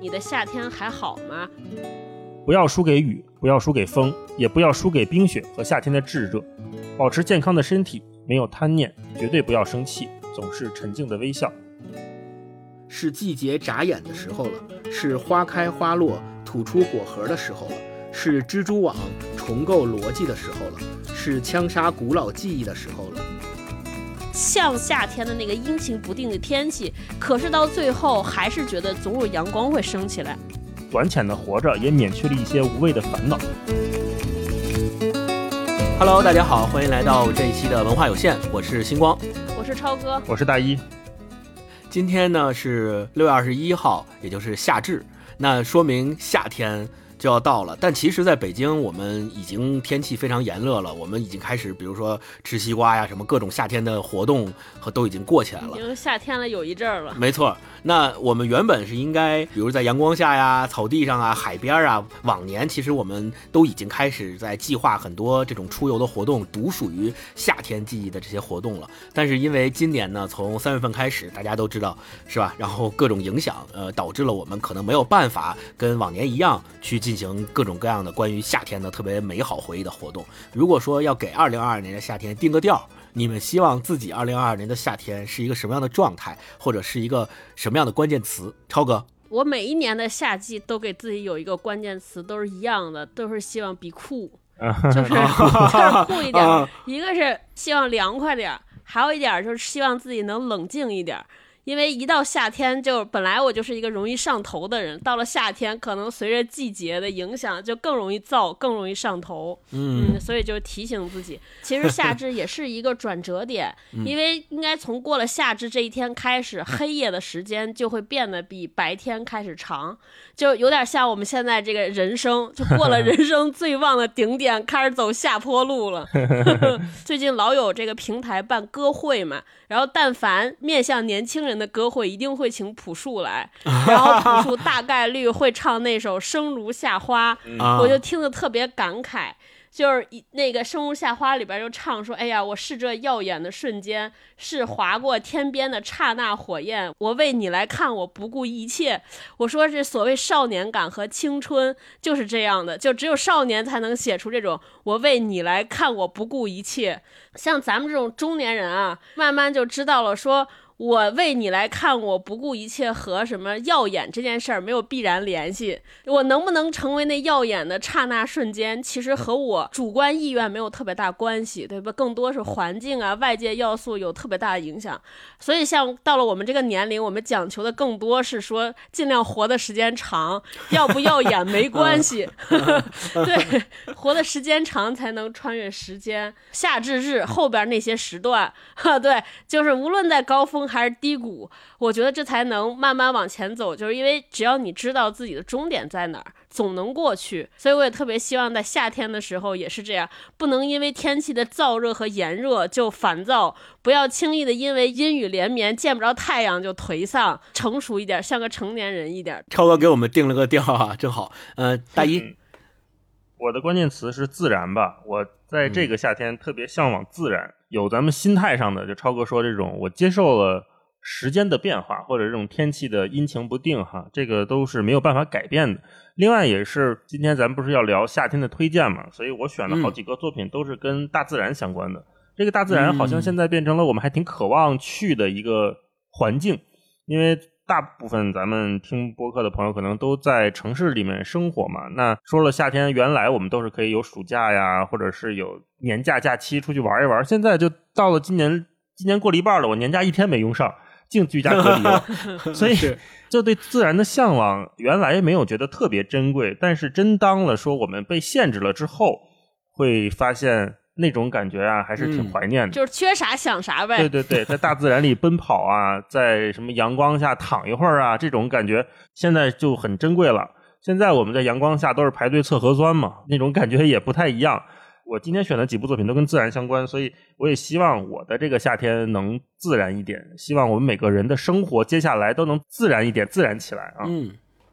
你的夏天还好吗？ 不要输给雨，不要输给风，也不要输给冰雪和夏天的炙热。保持健康的身体，没有贪念，绝对不要生气，总是沉静的微笑。 是季节眨眼的时候了，是花开花落吐出果核的时候了，是蜘蛛网重构逻辑的时候了，是枪杀古老记忆的时候了。 像夏天的那个阴晴不定的天气，可是到最后还是觉得总有阳光会升起来。 短浅的活着，也免去了一些无谓的烦恼。 Hello， 大家好，欢迎来到这一期的文化有限，我是星光， 我是超哥， 我是大一。 今天呢是6月21号，也就是夏至，那说明夏天就要到了。但其实在北京我们已经天气非常炎热了，我们已经开始比如说吃西瓜呀，什么各种夏天的活动都已经过起来了， 已经夏天了有一阵儿了。 没错，那我们原本是应该比如在阳光下呀、草地上啊、海边啊，往年其实我们都已经开始在计划很多这种出游的活动，独属于夏天记忆的这些活动了。但是因为今年呢从3月份开始，大家都知道是吧，然后各种影响导致了我们可能没有办法跟往年一样去进行各种各样的关于夏天的特别美好回忆的活动。如果说要给2022年的夏天定个调，你们希望自己2022年的夏天是一个什么样的状态，或者是一个什么样的关键词？超哥， 我每一年的夏季都给自己有一个关键词，都是一样的，都是希望比酷，就是酷一点。一个是希望凉快点，还有一点就是希望自己能冷静一点。因为一到夏天，就本来我就是一个容易上头的人，到了夏天可能随着季节的影响就更容易燥，更容易上头。所以就提醒自己，其实夏至也是一个转折点，因为应该从过了夏至这一天开始，黑夜的时间就会变得比白天开始长，就有点像我们现在这个人生，就过了人生最旺的顶点，开始走下坡路了。最近老有这个平台办歌会嘛，然后但凡面向年轻人的歌会一定会请朴树来，然后朴树大概率会唱那首《生如夏花》，我就听得特别感慨。就是那个《生如夏花》里边就唱说，哎呀，我是这耀眼的瞬间，是划过天边的刹那火焰，我为你来看，我不顾一切。我说这所谓少年感和青春就是这样的，就只有少年才能写出这种我为你来看，我不顾一切。像咱们这种中年人啊，慢慢就知道了说，我为你来看，我不顾一切和什么耀眼这件事儿没有必然联系。我能不能成为那耀眼的刹那瞬间，其实和我主观意愿没有特别大关系，对吧？更多是环境啊、外界要素有特别大的影响。所以像到了我们这个年龄，我们讲求的更多是说尽量活的时间长，要不耀眼没关系。对，活的时间长才能穿越时间。夏至日后边那些时段，对，就是无论在高峰还是低谷，我觉得这才能慢慢往前走，就是因为只要你知道自己的终点在哪儿，总能过去。所以我也特别希望在夏天的时候也是这样，不能因为天气的燥热和炎热就烦躁，不要轻易的因为阴雨连绵见不着太阳就颓丧，成熟一点，像个成年人一点。 超哥给我们定了个调啊，正好。大一， 我的关键词是自然吧。我在这个夏天特别向往自然，有咱们心态上的，就超哥说这种，我接受了时间的变化，或者这种天气的阴晴不定哈，这个都是没有办法改变的。另外也是今天咱们不是要聊夏天的推荐嘛，所以我选了好几个作品都是跟大自然相关的。这个大自然好像现在变成了我们还挺渴望去的一个环境，因为大部分咱们听播客的朋友可能都在城市里面生活嘛，那说了夏天原来我们都是可以有暑假呀，或者是有年假假期出去玩一玩，现在就到了今年过了一半了，我年假一天没用上，净居家隔离了。所以就对自然的向往原来没有觉得特别珍贵，但是真当了说我们被限制了之后，会发现那种感觉啊，还是挺怀念的。 就是缺啥想啥呗。 对对对，在大自然里奔跑啊，在什么阳光下躺一会儿啊，这种感觉现在就很珍贵了。现在我们在阳光下都是排队测核酸嘛，那种感觉也不太一样。我今天选的几部作品都跟自然相关，所以我也希望我的这个夏天能自然一点，希望我们每个人的生活接下来都能自然一点，自然起来啊。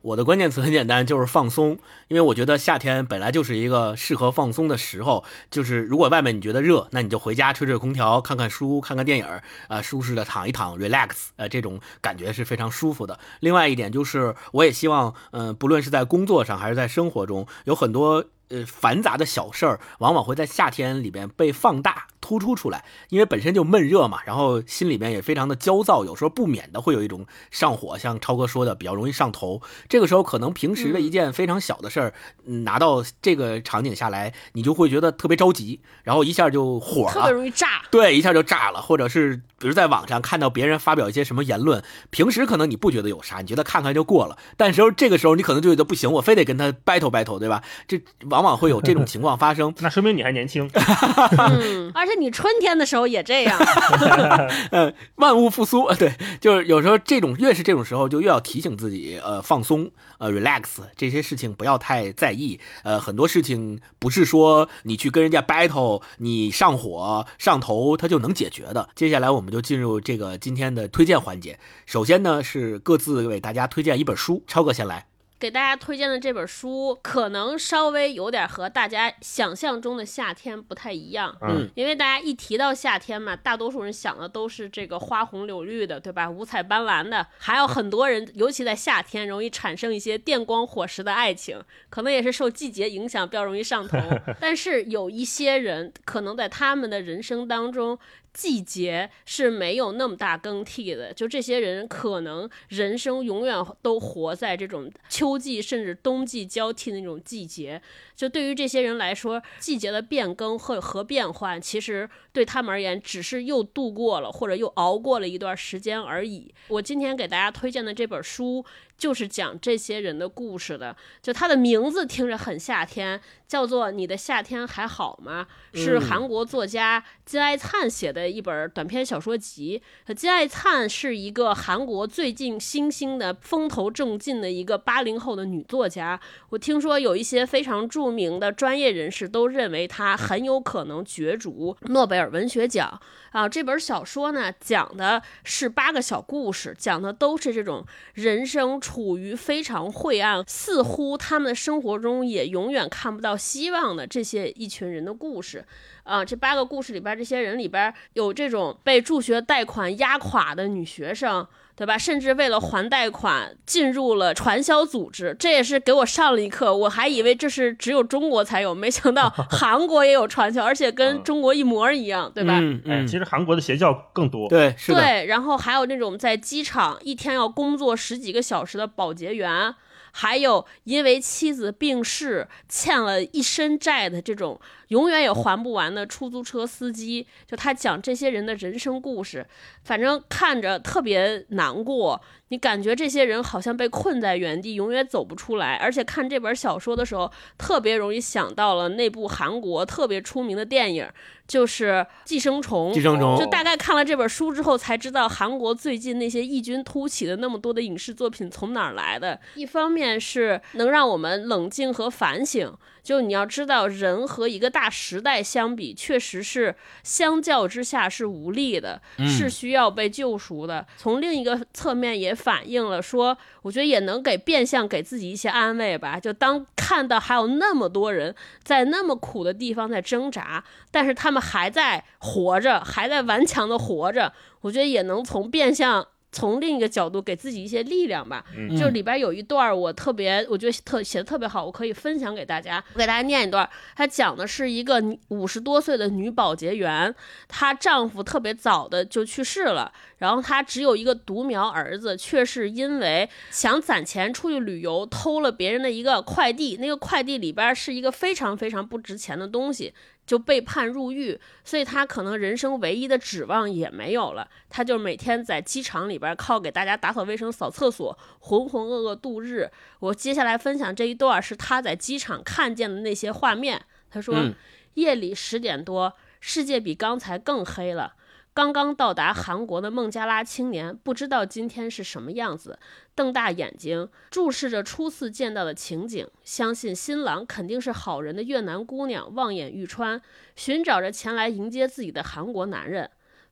我的关键词很简单，就是放松。因为我觉得夏天本来就是一个适合放松的时候，就是如果外面你觉得热，那你就回家吹吹空调，看看书，看看电影，舒适的躺一躺 relax， 这种感觉是非常舒服的。另外一点就是，我也希望，不论是在工作上还是在生活中，有很多繁杂的小事儿，往往会在夏天里边被放大突出出来，因为本身就闷热嘛，然后心里面也非常的焦躁，有时候不免的会有一种上火，像超哥说的比较容易上头。这个时候可能平时的一件非常小的事儿，拿到这个场景下来，你就会觉得特别着急，然后一下就火了， 特别容易炸。 对，一下就炸了。或者是比如在网上看到别人发表一些什么言论，平时可能你不觉得有啥，你觉得看看就过了，但是这个时候你可能就觉得不行，我非得跟他 battle， 对吧？这往往会有这种情况发生。 那说明你还年轻。 而且你春天的时候也这样。 万物复苏，对，就是有时候越是这种时候，就越要提醒自己，放松，relax， 这些事情不要太在意。很多事情不是说你去跟人家 battle， 你上火上头，它就能解决的。接下来我们就进入这个今天的推荐环节。首先呢，是各自为大家推荐一本书，超哥先来。 给大家推荐的这本书可能稍微有点和大家想象中的夏天不太一样，因为大家一提到夏天嘛，大多数人想的都是这个花红柳绿的，对吧？五彩斑斓的，还有很多人尤其在夏天容易产生一些电光火石的爱情，可能也是受季节影响比较容易上头。但是有一些人可能在他们的人生当中，季节是没有那么大更替的，就这些人可能人生永远都活在这种秋季甚至冬季交替的那种季节。就对于这些人来说，季节的变更和变换其实对他们而言只是又度过了或者又熬过了一段时间而已。我今天给大家推荐的这本书就是讲这些人的故事的，就它的名字听着很夏天，叫做《你的夏天还好吗》，是韩国作家金爱灿写的一本短篇小说集。金爱灿是一个韩国最近新兴的风头正劲的一个80后的女作家，我听说有一些非常著名的专业人士都认为她很有可能角逐诺贝尔文学奖啊。这本小说呢，讲的是8个小故事，讲的都是这种人生处于非常晦暗，似乎他们的生活中也永远看不到希望的这些一群人的故事啊。这8个故事里边，这些人里边有这种被助学贷款压垮的女学生，对吧？甚至为了还贷款进入了传销组织，这也是给我上了一课。我还以为这是只有中国才有，没想到韩国也有传销，而且跟中国一模一样，对吧？ 其实韩国的邪教更多。 对，是的。 对，然后还有那种在机场一天要工作10几个小时的保洁员，还有因为妻子病逝欠了一身债的这种永远也还不完的出租车司机。就他讲这些人的人生故事，反正看着特别难过，你感觉这些人好像被困在原地永远走不出来。而且看这本小说的时候，特别容易想到了那部韩国特别出名的电影，就是寄生虫。就大概看了这本书之后才知道，韩国最近那些异军突起的那么多的影视作品从哪儿来的。一方面是能让我们冷静和反省，就你要知道人和一个大时代相比，确实是相较之下是无力的，是需要被救赎的。从另一个侧面也反映了说，我觉得也能变相给自己一些安慰吧。就当看到还有那么多人在那么苦的地方在挣扎，但是他们还在活着，还在顽强的活着，我觉得也能从另一个角度给自己一些力量吧。就里边有一段我觉得写的特别好，我可以分享给大家。我给大家念一段，他讲的是一个50多岁的女保洁员，她丈夫特别早的就去世了，然后她只有一个独苗儿子，却是因为想攒钱出去旅游，偷了别人的一个快递，那个快递里边是一个非常非常不值钱的东西，就被判入狱，所以他可能人生唯一的指望也没有了。他就每天在机场里边靠给大家打扫卫生、扫厕所，浑浑噩噩度日。我接下来分享这一段是他在机场看见的那些画面。他说，夜里10点多，世界比刚才更黑了。刚刚到达韩国的孟加拉青年不知道今天是什么样子，瞪大眼睛注视着初次见到的情景，相信新郎肯定是好人的越南姑娘望眼欲穿，寻找着前来迎接自己的韩国男人。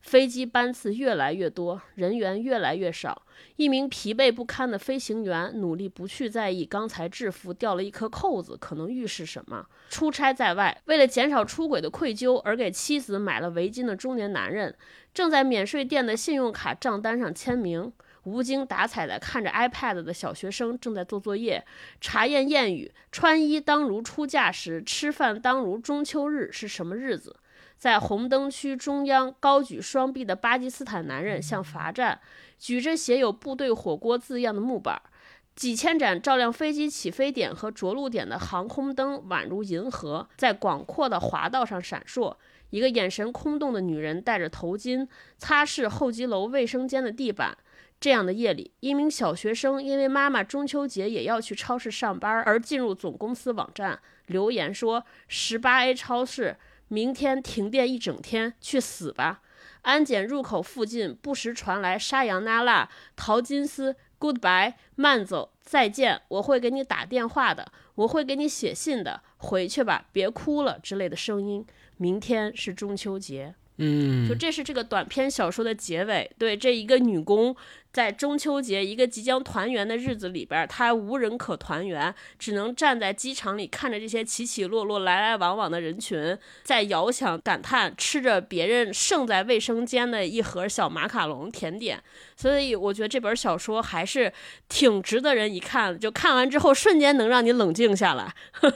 飞机班次越来越多，人员越来越少。一名疲惫不堪的飞行员努力不去在意刚才制服掉了一颗扣子可能预示什么。出差在外，为了减少出轨的愧疚而给妻子买了围巾的中年男人，正在免税店的信用卡账单上签名。无精打采地看着 iPad 的小学生正在做作业，查验谚语穿衣当如出嫁时，吃饭当如中秋日是什么日子。在红灯区中央高举双臂的巴基斯坦男人向罚站，举着写有部队火锅字样的木板。几千盏照亮飞机起飞点和着陆点的航空灯宛如银河，在广阔的滑道上闪烁。一个眼神空洞的女人戴着头巾，擦拭候机楼卫生间的地板。这样的夜里，一名小学生因为妈妈中秋节也要去超市上班而进入总公司网站，留言说 18A 超市明天停电一整天，去死吧。安检入口附近不时传来沙扬那拉、陶金斯 Goodbye 慢走再见，我会给你打电话的，我会给你写信的，回去吧，别哭了之类的声音。明天是中秋节。就这是这个短篇小说的结尾。对，这一个女工在中秋节一个即将团圆的日子里边，她无人可团圆，只能站在机场里看着这些起起落落来来往往的人群，在遥想感叹，吃着别人剩在卫生间的一盒小马卡龙甜点。所以我觉得这本小说还是挺值得人一看，就看完之后瞬间能让你冷静下来。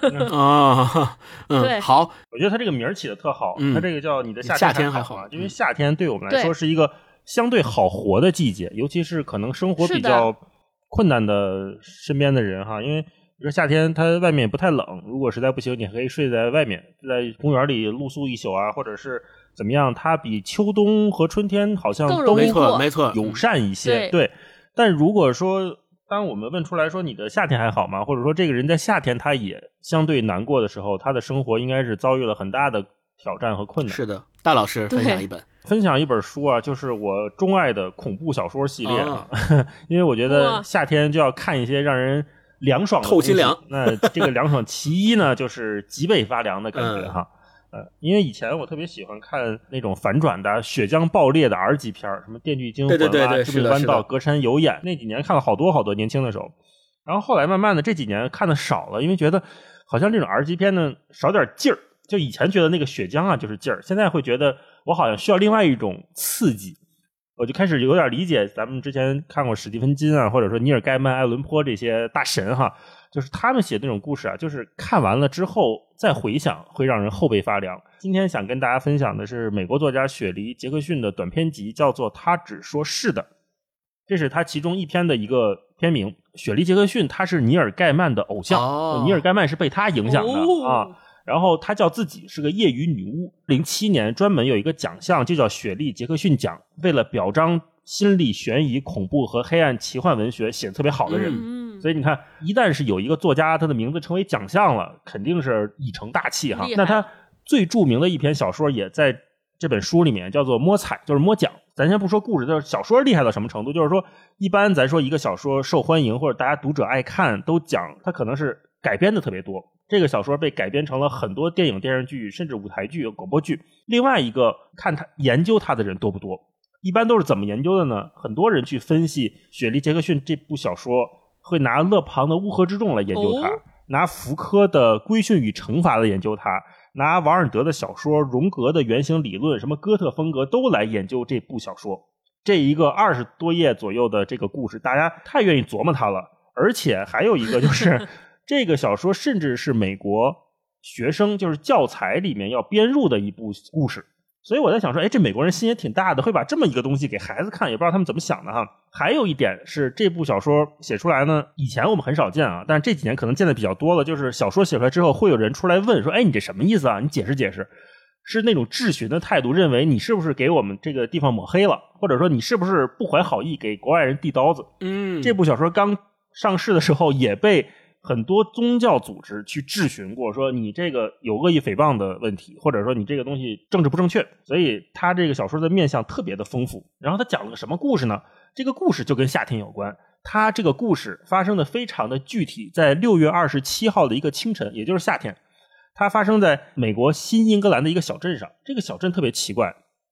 对， 好， 我觉得他这个名儿起的特好，他这个叫你的夏天还好，因为夏天对我们来说是一个相对好活的季节，尤其是可能生活比较困难的身边的人哈，因为比如说夏天它外面也不太冷，如果实在不行你可以睡在外面，在公园里露宿一宿啊，或者是怎么样，它比秋冬和春天好像都没错友善一些。对，但如果说当我们问出来说你的夏天还好吗，或者说这个人在夏天他也相对难过的时候，他的生活应该是遭遇了很大的挑战和困难。 是的，大老师分享一本书啊，就是我钟爱的恐怖小说系列因为我觉得夏天就要看一些让人凉爽的透心凉。 那这个凉爽其一呢就是脊背发凉的感觉哈。因为以前我特别喜欢看那种反转的血浆爆裂的 R 级片，什么电锯惊魂啊、致命弯道、隔山有眼，那几年看了好多年轻的时候，然后后来慢慢的这几年看的少了，因为觉得好像这种 R 级片呢少点劲儿，就以前觉得那个血浆啊就是劲儿，现在会觉得我好像需要另外一种刺激，我就开始有点理解咱们之前看过史蒂芬金啊，或者说尼尔盖曼、爱伦坡这些大神哈，就是他们写的那种故事啊，就是看完了之后再回想会让人后背发凉。今天想跟大家分享的是美国作家雪梨·杰克逊的短篇集，叫做《他只说是的》，这是他其中一篇的一个篇名。雪梨·杰克逊他是尼尔盖曼的偶像，尼尔盖曼是被他影响的啊。然后他叫自己是个业余女巫，07年专门有一个奖项就叫雪莉·杰克逊奖，为了表彰心理悬疑、恐怖和黑暗奇幻文学写得特别好的人。所以你看，一旦是有一个作家他的名字成为奖项了，肯定是以成大器哈。那他最著名的一篇小说也在这本书里面，叫做摸彩，就是摸奖。咱先不说故事，就是小说厉害到什么程度，就是说一般咱说一个小说受欢迎或者大家读者爱看，都讲它可能是改编的特别多，这个小说被改编成了很多电影、电视剧，甚至舞台剧、广播剧。另外一个看他研究他的人多不多，一般都是怎么研究的呢？很多人去分析雪莉·杰克逊这部小说，会拿勒庞的《乌合之众》来研究它，拿福柯的《规训与惩罚》来研究它，拿王尔德的小说、荣格的原型理论、什么哥特风格都来研究这部小说。这一个20多页左右的这个故事，大家太愿意琢磨它了。而且还有一个就是这个小说甚至是美国学生就是教材里面要编入的一部故事。所以我在想说，这美国人心也挺大的，会把这么一个东西给孩子看，也不知道他们怎么想的哈。还有一点是这部小说写出来呢，以前我们很少见啊，但是这几年可能见的比较多了，就是小说写出来之后会有人出来问说，你这什么意思啊？你解释解释。是那种质询的态度，认为你是不是给我们这个地方抹黑了，或者说你是不是不怀好意给国外人递刀子。这部小说刚上市的时候也被很多宗教组织去质询过，说你这个有恶意诽谤的问题，或者说你这个东西政治不正确。所以他这个小说的面向特别的丰富。然后他讲了个什么故事呢？这个故事就跟夏天有关。他这个故事发生的非常的具体，在6月27号的一个清晨，也就是夏天，它发生在美国新英格兰的一个小镇上。这个小镇特别奇怪，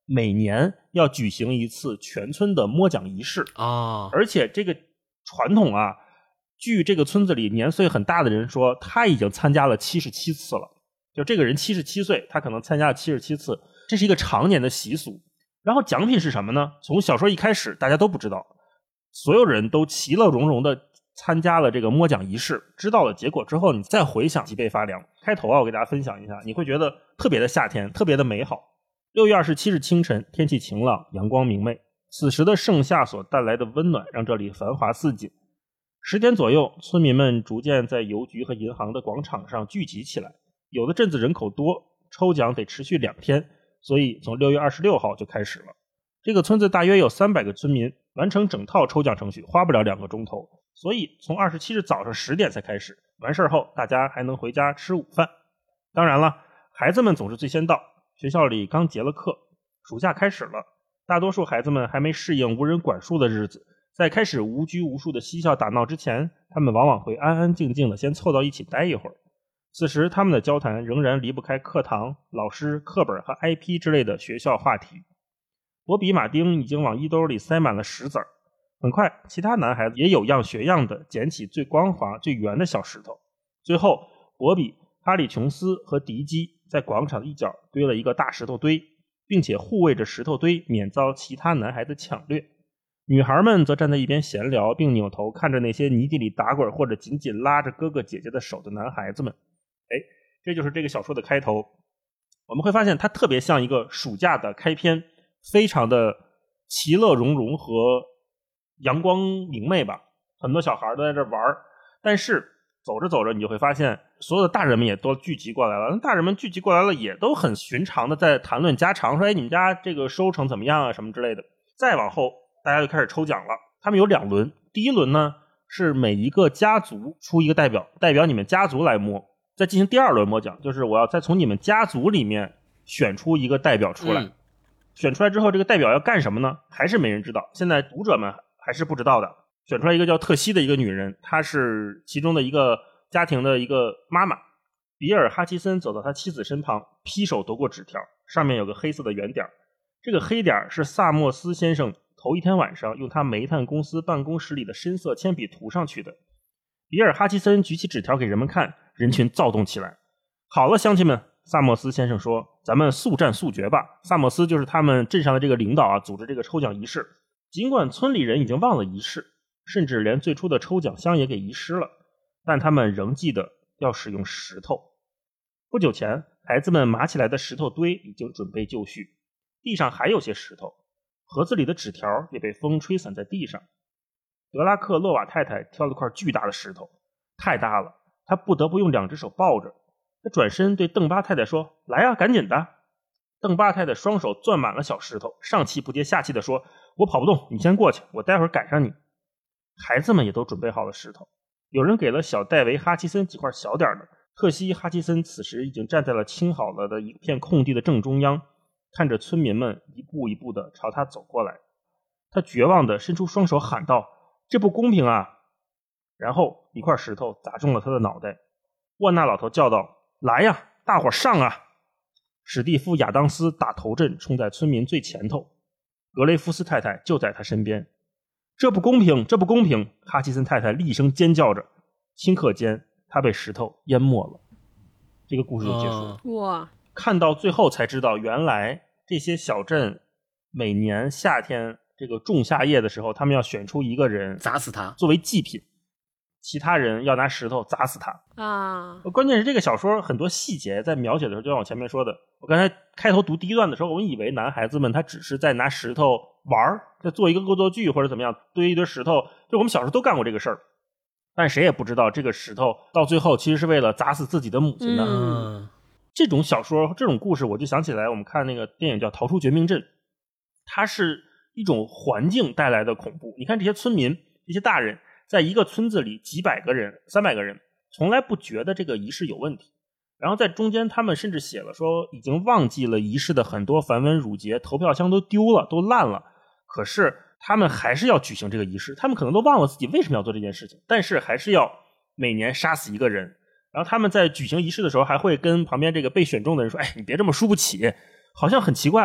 每年要举行一次全村的摸奖仪式而且这个传统啊，据这个村子里年岁很大的人说，他已经参加了77次了。就这个人77岁，他可能参加了77次，这是一个常年的习俗。然后奖品是什么呢？从小说一开始大家都不知道，所有人都其乐融融的参加了这个摸奖仪式，知道了结果之后，你再回想脊背发凉。开头啊，我给大家分享一下，你会觉得特别的夏天，特别的美好。6月27日清晨，天气晴朗，阳光明媚。此时的盛夏所带来的温暖，让这里繁华似锦。10点左右，村民们逐渐在邮局和银行的广场上聚集起来。有的镇子人口多，抽奖得持续2天，所以从6月26号就开始了。这个村子大约有300个村民，完成整套抽奖程序花不了2个钟头，所以从27日早上10点才开始。完事后，大家还能回家吃午饭。当然了，孩子们总是最先到。学校里刚结了课，暑假开始了，大多数孩子们还没适应无人管束的日子，在开始无拘无束的嬉笑打闹之前，他们往往会安安静静的先凑到一起待一会儿。此时他们的交谈仍然离不开课堂、老师、课本和 IP 之类的学校话题。博比马丁已经往衣兜里塞满了石子儿，很快其他男孩子也有样学样的捡起最光滑最圆的小石头。最后博比、哈里琼斯和迪基在广场的一角堆了一个大石头堆，并且护卫着石头堆免遭其他男孩子抢掠。女孩们则站在一边闲聊，并扭头看着那些泥地里打滚或者紧紧拉着哥哥姐姐的手的男孩子们。这就是这个小说的开头。我们会发现它特别像一个暑假的开篇，非常的其乐融融和阳光明媚吧。很多小孩都在这玩，但是走着走着你就会发现所有的大人们也都聚集过来了。大人们聚集过来了也都很寻常的在谈论家常，说你们家这个收成怎么样啊什么之类的。再往后大家就开始抽奖了，他们有2轮。第一轮呢是每一个家族出一个代表你们家族来摸，再进行第2轮摸奖，就是我要再从你们家族里面选出一个代表出来。选出来之后这个代表要干什么呢？还是没人知道，现在读者们还是不知道的。选出来一个叫特西的一个女人，她是其中的一个家庭的一个妈妈。比尔·哈奇森走到他妻子身旁，劈手夺过纸条，上面有个黑色的圆点。这个黑点是萨默斯先生头一天晚上用他煤炭公司办公室里的深色铅笔涂上去的。比尔·哈奇森举起纸条给人们看，人群躁动起来。好了，乡亲们，萨默斯先生说，咱们速战速决吧。萨默斯就是他们镇上的这个领导啊，组织这个抽奖仪式。尽管村里人已经忘了仪式，甚至连最初的抽奖箱也给遗失了，但他们仍记得要使用石头。不久前，孩子们码起来的石头堆已经准备就绪，地上还有些石头，盒子里的纸条也被风吹散在地上。德拉克洛瓦太太挑了块巨大的石头，太大了，她不得不用2只手抱着。她转身对邓巴太太说，来啊，赶紧的。邓巴太太双手攥满了小石头，上气不接下气地说，我跑不动，你先过去，我待会儿赶上你。孩子们也都准备好了石头，有人给了小戴维·哈奇森几块小点的。特西·哈奇森此时已经站在了清好了的一片空地的正中央，看着村民们一步一步地朝他走过来。他绝望地伸出双手喊道，这不公平啊！然后一块石头砸中了他的脑袋。沃纳老头叫道，来呀，大伙上啊！史蒂夫·亚当斯打头阵冲在村民最前头，格雷夫斯太太就在他身边。这不公平，这不公平！哈奇森太太厉声尖叫着，顷刻间他被石头淹没了。这个故事就结束了。 哇！ 看到最后才知道，原来这些小镇每年夏天这个仲夏夜的时候，他们要选出一个人砸死他作为祭品，其他人要拿石头砸死他啊！ 关键是这个小说很多细节在描写的时候，就像我前面说的，我刚才开头读第一段的时候，我们以为男孩子们他只是在拿石头玩，在做一个恶作剧或者怎么样，堆一堆石头，就我们小时候都干过这个事儿。但谁也不知道这个石头到最后其实是为了砸死自己的母亲的。这种小说这种故事，我就想起来我们看那个电影叫《逃出绝命镇》，它是一种环境带来的恐怖。你看这些村民，这些大人在一个村子里几百个人300个人，从来不觉得这个仪式有问题，然后在中间他们甚至写了说已经忘记了仪式的很多繁文缛节，投票箱都丢了，都烂了，可是他们还是要举行这个仪式。他们可能都忘了自己为什么要做这件事情，但是还是要每年杀死一个人。然后他们在举行仪式的时候还会跟旁边这个被选中的人说，哎，你别这么输不起，好像很奇怪啊，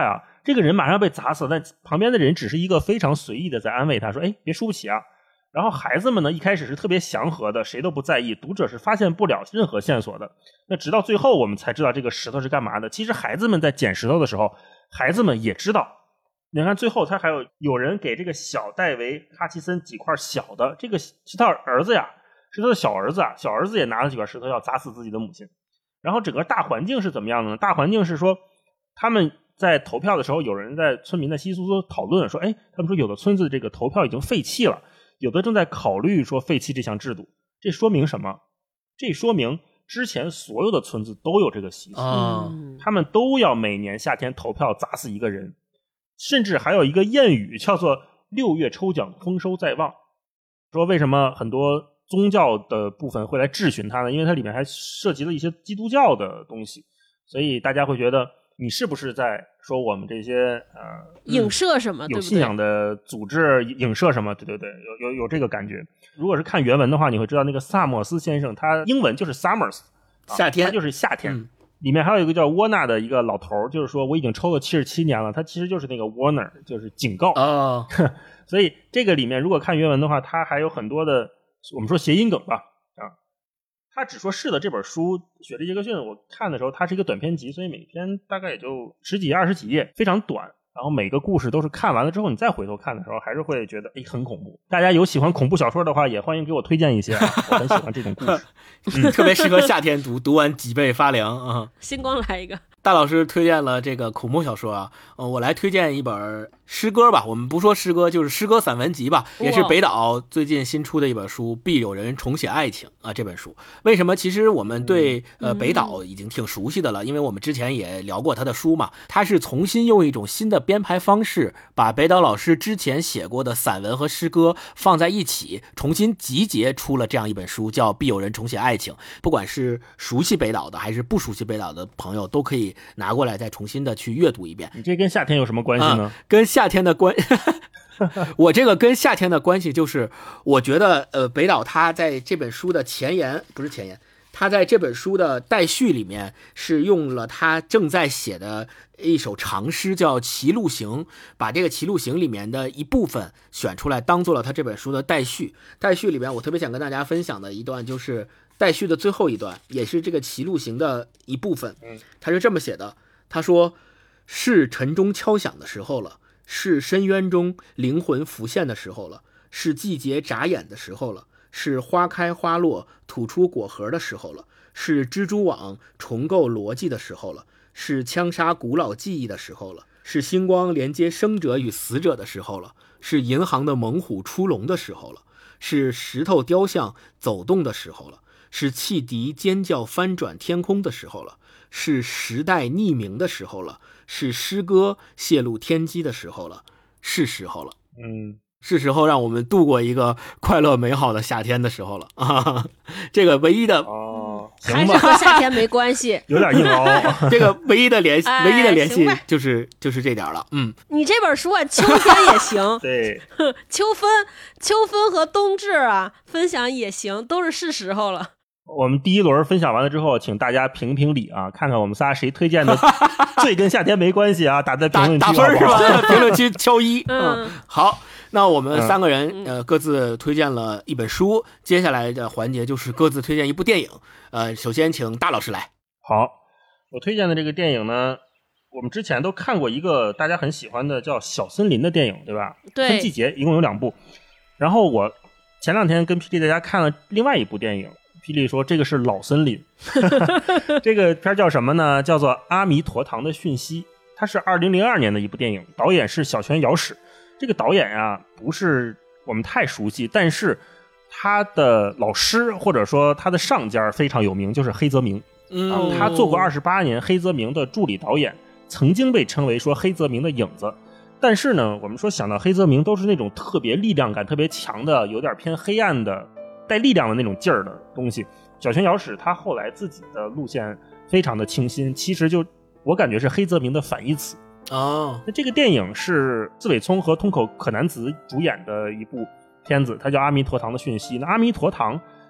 这个人马上被砸死了，但旁边的人只是一个非常随意的在安慰他说，哎，别输不起啊。然后孩子们呢，一开始是特别祥和的，谁都不在意，读者是发现不了任何线索的。那直到最后我们才知道这个石头是干嘛的。其实孩子们在捡石头的时候，孩子们也知道。你看最后他还有人给这个小戴维·哈奇森几块小的，这个是他儿子呀，是他的小儿子啊，小儿子也拿了几块石头要砸死自己的母亲。然后整个大环境是怎么样的呢？大环境是说他们在投票的时候，有人在村民的稀稀疏疏讨论说，哎，他们说有的村子这个投票已经废弃了，有的正在考虑说废弃这项制度。这说明什么？这说明之前所有的村子都有这个习俗，他们都要每年夏天投票砸死一个人，甚至还有一个谚语叫做6月抽奖丰收在望。说为什么很多宗教的部分会来质询它呢？因为它里面还涉及了一些基督教的东西，所以大家会觉得你是不是在说我们这些影射什么， 有信仰的组织影射什么？对对对，有这个感觉。如果是看原文的话，你会知道那个萨默斯先生，他英文就是 summers， 夏天， 他就是夏天。里面还有一个叫沃纳的一个老头，就是说我已经抽了77年了，他其实就是那个 warner， 就是警告。所以这个里面如果看原文的话，他还有很多的我们说谐音梗吧。他只说是的这本书《雪莉·杰克逊》，我看的时候它是一个短篇集，所以每篇大概也就10几20几页，非常短。然后每个故事都是看完了之后你再回头看的时候还是会觉得很恐怖。大家有喜欢恐怖小说的话也欢迎给我推荐一些我很喜欢这种故事特别适合夏天读，读完脊背发凉啊。 星光来一个。 大老师推荐了这个恐怖小说啊，我来推荐一本诗歌吧，我们不说诗歌，就是诗歌散文集吧，也是北岛最近新出的一本书《必有人重写爱情》啊。这本书为什么？其实我们对北岛已经挺熟悉的了，因为我们之前也聊过他的书嘛。他是重新用一种新的编排方式，把北岛老师之前写过的散文和诗歌放在一起，重新集结出了这样一本书，叫《必有人重写爱情》。不管是熟悉北岛的还是不熟悉北岛的朋友，都可以拿过来再重新的去阅读一遍。 你这跟夏天有什么关系呢？ 跟夏天的我这个跟夏天的关系就是，我觉得北岛他在这本书的他在这本书的待序里面是用了他正在写的一首长诗叫《歧路行》，把这个《歧路行》里面的一部分选出来当做了他这本书的待序。待序里面我特别想跟大家分享的一段就是待序的最后一段，也是这个《歧路行》的一部分。他是这么写的，他说：是晨钟敲响的时候了，是深渊中灵魂浮现的时候了，是季节眨眼的时候了，是花开花落吐出果核的时候了，是蜘蛛网重构逻辑的时候了，是枪杀古老记忆的时候了，是星光连接生者与死者的时候了，是银行的猛虎出笼的时候了，是石头雕像走动的时候了，是汽笛尖叫翻转天空的时候了，是时代匿名的时候了，是诗歌泄露天机的时候了，是时候了。是时候让我们度过一个快乐美好的夏天的时候了啊！这个唯一的还是和夏天没关系， 有点硬凹。 这个唯一的联系就是这点了。 你这本书啊，秋天也行， 对， 秋分和冬至啊，分享也行，都是时候了。 我们第一轮分享完了之后，请大家评评理啊，看看我们仨谁推荐的最跟夏天没关系啊，打在评论区打分是吧？评论区敲1。好。那我们3个人各自推荐了一本书，接下来的环节就是各自推荐一部电影。首先请大老师来。 好，我推荐的这个电影呢，我们之前都看过一个大家很喜欢的叫小森林的电影，对吧？ 对， 分季节一共有2部。然后我前2天跟霹雳大家看了另外一部电影，霹雳说这个是老森林。这个片叫什么呢？叫做《阿弥陀堂的讯息》，它是2002年的一部电影，导演是小泉遥史。这个导演啊，不是我们太熟悉，但是他的老师或者说他的上家非常有名，就是黑泽明。他做过28年黑泽明的助理导演，曾经被称为说黑泽明的影子。但是呢，我们说想到黑泽明都是那种特别力量感特别强的，有点偏黑暗的带力量的那种劲儿的东西。小泉遥史他后来自己的路线非常的清新，其实就我感觉是黑泽明的反义词。那这个电影是自尾聪和通口可南子主演的一部片子，它叫《阿弥陀堂的讯息》。那阿弥陀堂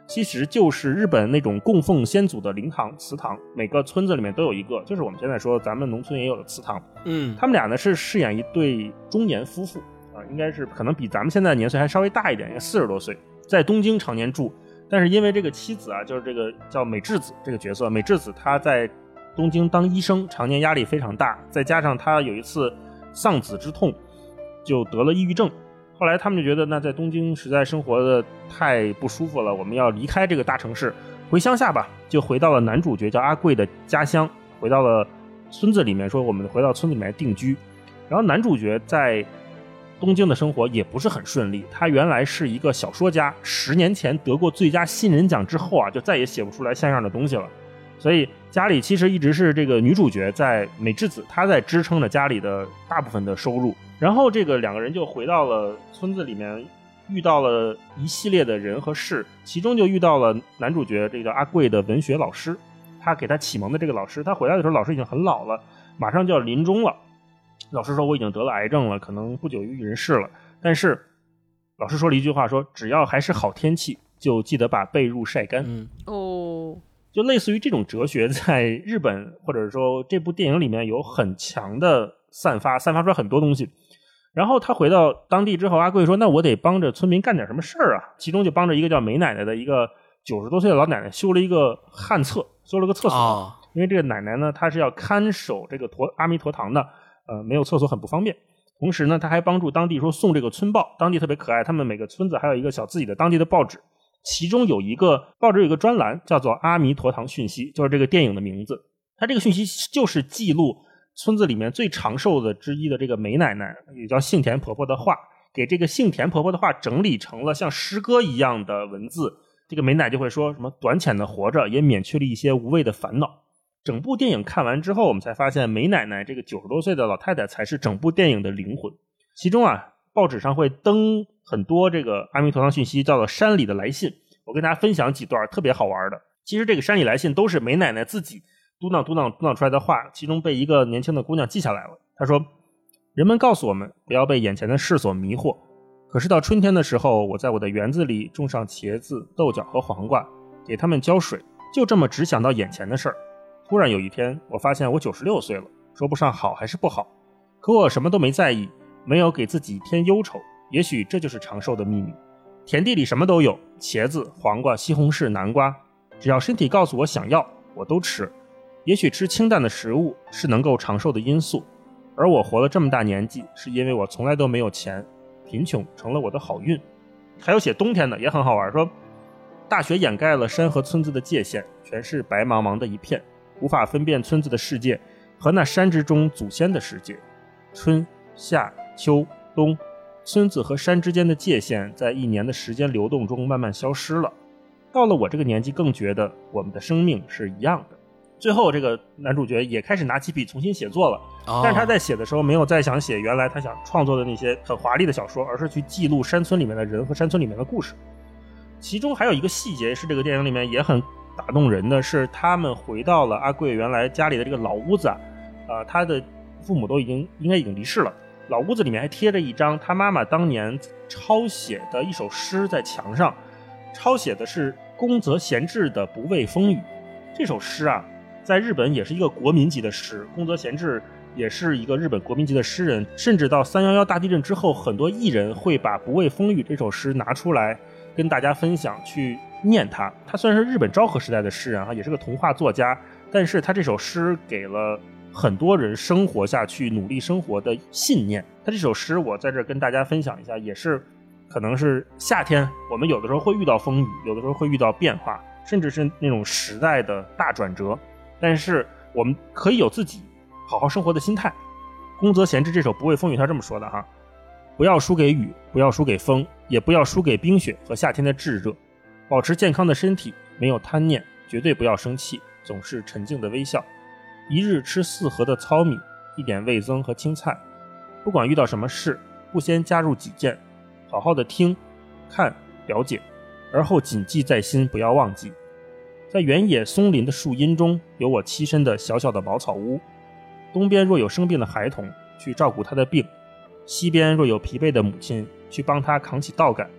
其实就是日本那种供奉先祖的灵堂祠堂，每个村子里面都有一个，就是我们现在说咱们农村也有的祠堂。他们俩呢是饰演一对中年夫妇啊，应该是可能比咱们现在的年岁还稍微大一点，应该40多岁，在东京常年住。但是因为这个妻子啊，就是这个叫美智子这个角色，美智子她在东京当医生，常年压力非常大，再加上她有一次丧子之痛，就得了抑郁症。后来他们就觉得那在东京实在生活的太不舒服了，我们要离开这个大城市回乡下吧，就回到了男主角叫阿贵的家乡，回到了村子里面，说我们回到村子里面定居。然后男主角在东京的生活也不是很顺利，他原来是一个小说家，10年前得过最佳新人奖之后啊，就再也写不出来像样的东西了，所以家里其实一直是这个女主角在美智子她在支撑着家里的大部分的收入。然后这个两个人就回到了村子里面，遇到了一系列的人和事，其中就遇到了男主角这个阿贵的文学老师，他给他启蒙的这个老师。他回来的时候老师已经很老了，马上就要临终了，老师说我已经得了癌症了，可能不久于人世了，但是老师说了一句话，说只要还是好天气就记得把被褥晒干。就类似于这种哲学在日本或者说这部电影里面有很强的散发出来很多东西。然后他回到当地之后，阿贵说那我得帮着村民干点什么事儿啊，其中就帮着一个叫梅奶奶的一个90多岁的老奶奶修了一个旱厕，修了个厕所。因为这个奶奶呢她是要看守这个阿弥陀堂的，没有厕所很不方便。同时呢他还帮助当地说送这个村报，当地特别可爱，他们每个村子还有一个小自己的当地的报纸，其中有一个报纸有一个专栏叫做阿弥陀堂讯息，就是这个电影的名字。它这个讯息就是记录村子里面最长寿的之一的这个梅奶奶，也叫幸田婆婆的话，给这个幸田婆婆的话整理成了像诗歌一样的文字。这个梅奶就会说什么短浅的活着也免去了一些无谓的烦恼。整部电影看完之后，我们才发现梅奶奶这个90多岁的老太太才是整部电影的灵魂。其中啊，报纸上会登很多这个阿弥陀堂讯息，叫做山里的来信。我跟大家分享几段特别好玩的。其实这个山里来信都是梅奶奶自己嘟囔出来的话，其中被一个年轻的姑娘记下来了。她说，人们告诉我们不要被眼前的事所迷惑，可是到春天的时候，我在我的园子里种上茄子、豆角和黄瓜，给它们浇水，就这么只想到眼前的事儿。突然有一天，我发现我96岁了，说不上好还是不好，可我什么都没在意，没有给自己添忧愁，也许这就是长寿的秘密。田地里什么都有，茄子、黄瓜、西红柿、南瓜，只要身体告诉我想要，我都吃。也许吃清淡的食物是能够长寿的因素，而我活了这么大年纪，是因为我从来都没有钱，贫穷成了我的好运。还有写冬天的也很好玩，说大雪掩盖了山和村子的界限，全是白茫茫的一片，无法分辨村子的世界和那山之中祖先的世界。春夏秋冬，村子和山之间的界限在1年的时间流动中慢慢消失了。到了我这个年纪，更觉得我们的生命是一样的。最后这个男主角也开始拿起笔重新写作了，但是他在写的时候没有再想写原来他想创作的那些很华丽的小说，而是去记录山村里面的人和山村里面的故事。其中还有一个细节是这个电影里面也很打动人的，是他们回到了阿贵原来家里的这个老屋子他的父母都应该已经离世了，老屋子里面还贴着一张他妈妈当年抄写的一首诗，在墙上抄写的是宫泽贤治的《不畏风雨》。这首诗啊在日本也是一个国民级的诗，宫泽贤治也是一个日本国民级的诗人，甚至到311大地震之后，很多艺人会把《不畏风雨》这首诗拿出来跟大家分享，去念它。他虽然是日本昭和时代的诗人也是个童话作家，但是他这首诗给了很多人生活下去、努力生活的信念。他这首诗我在这跟大家分享一下，也是可能是夏天我们有的时候会遇到风雨，有的时候会遇到变化，甚至是那种时代的大转折，但是我们可以有自己好好生活的心态。宫泽贤治这首《不畏风雨》他这么说的不要输给雨，不要输给风，也不要输给冰雪和夏天的炙热，保持健康的身体，没有贪念，绝对不要生气，总是沉静的微笑，一日吃4盒的糙米，一点味增和青菜，不管遇到什么事，不先加入己见，好好的听看了解，而后谨记在心，不要忘记。在原野松林的树荫中，有我栖身的小小的茅草屋，东边若有生病的孩童，去照顾他的病，西边若有疲惫的母亲，去帮他扛起稻杆，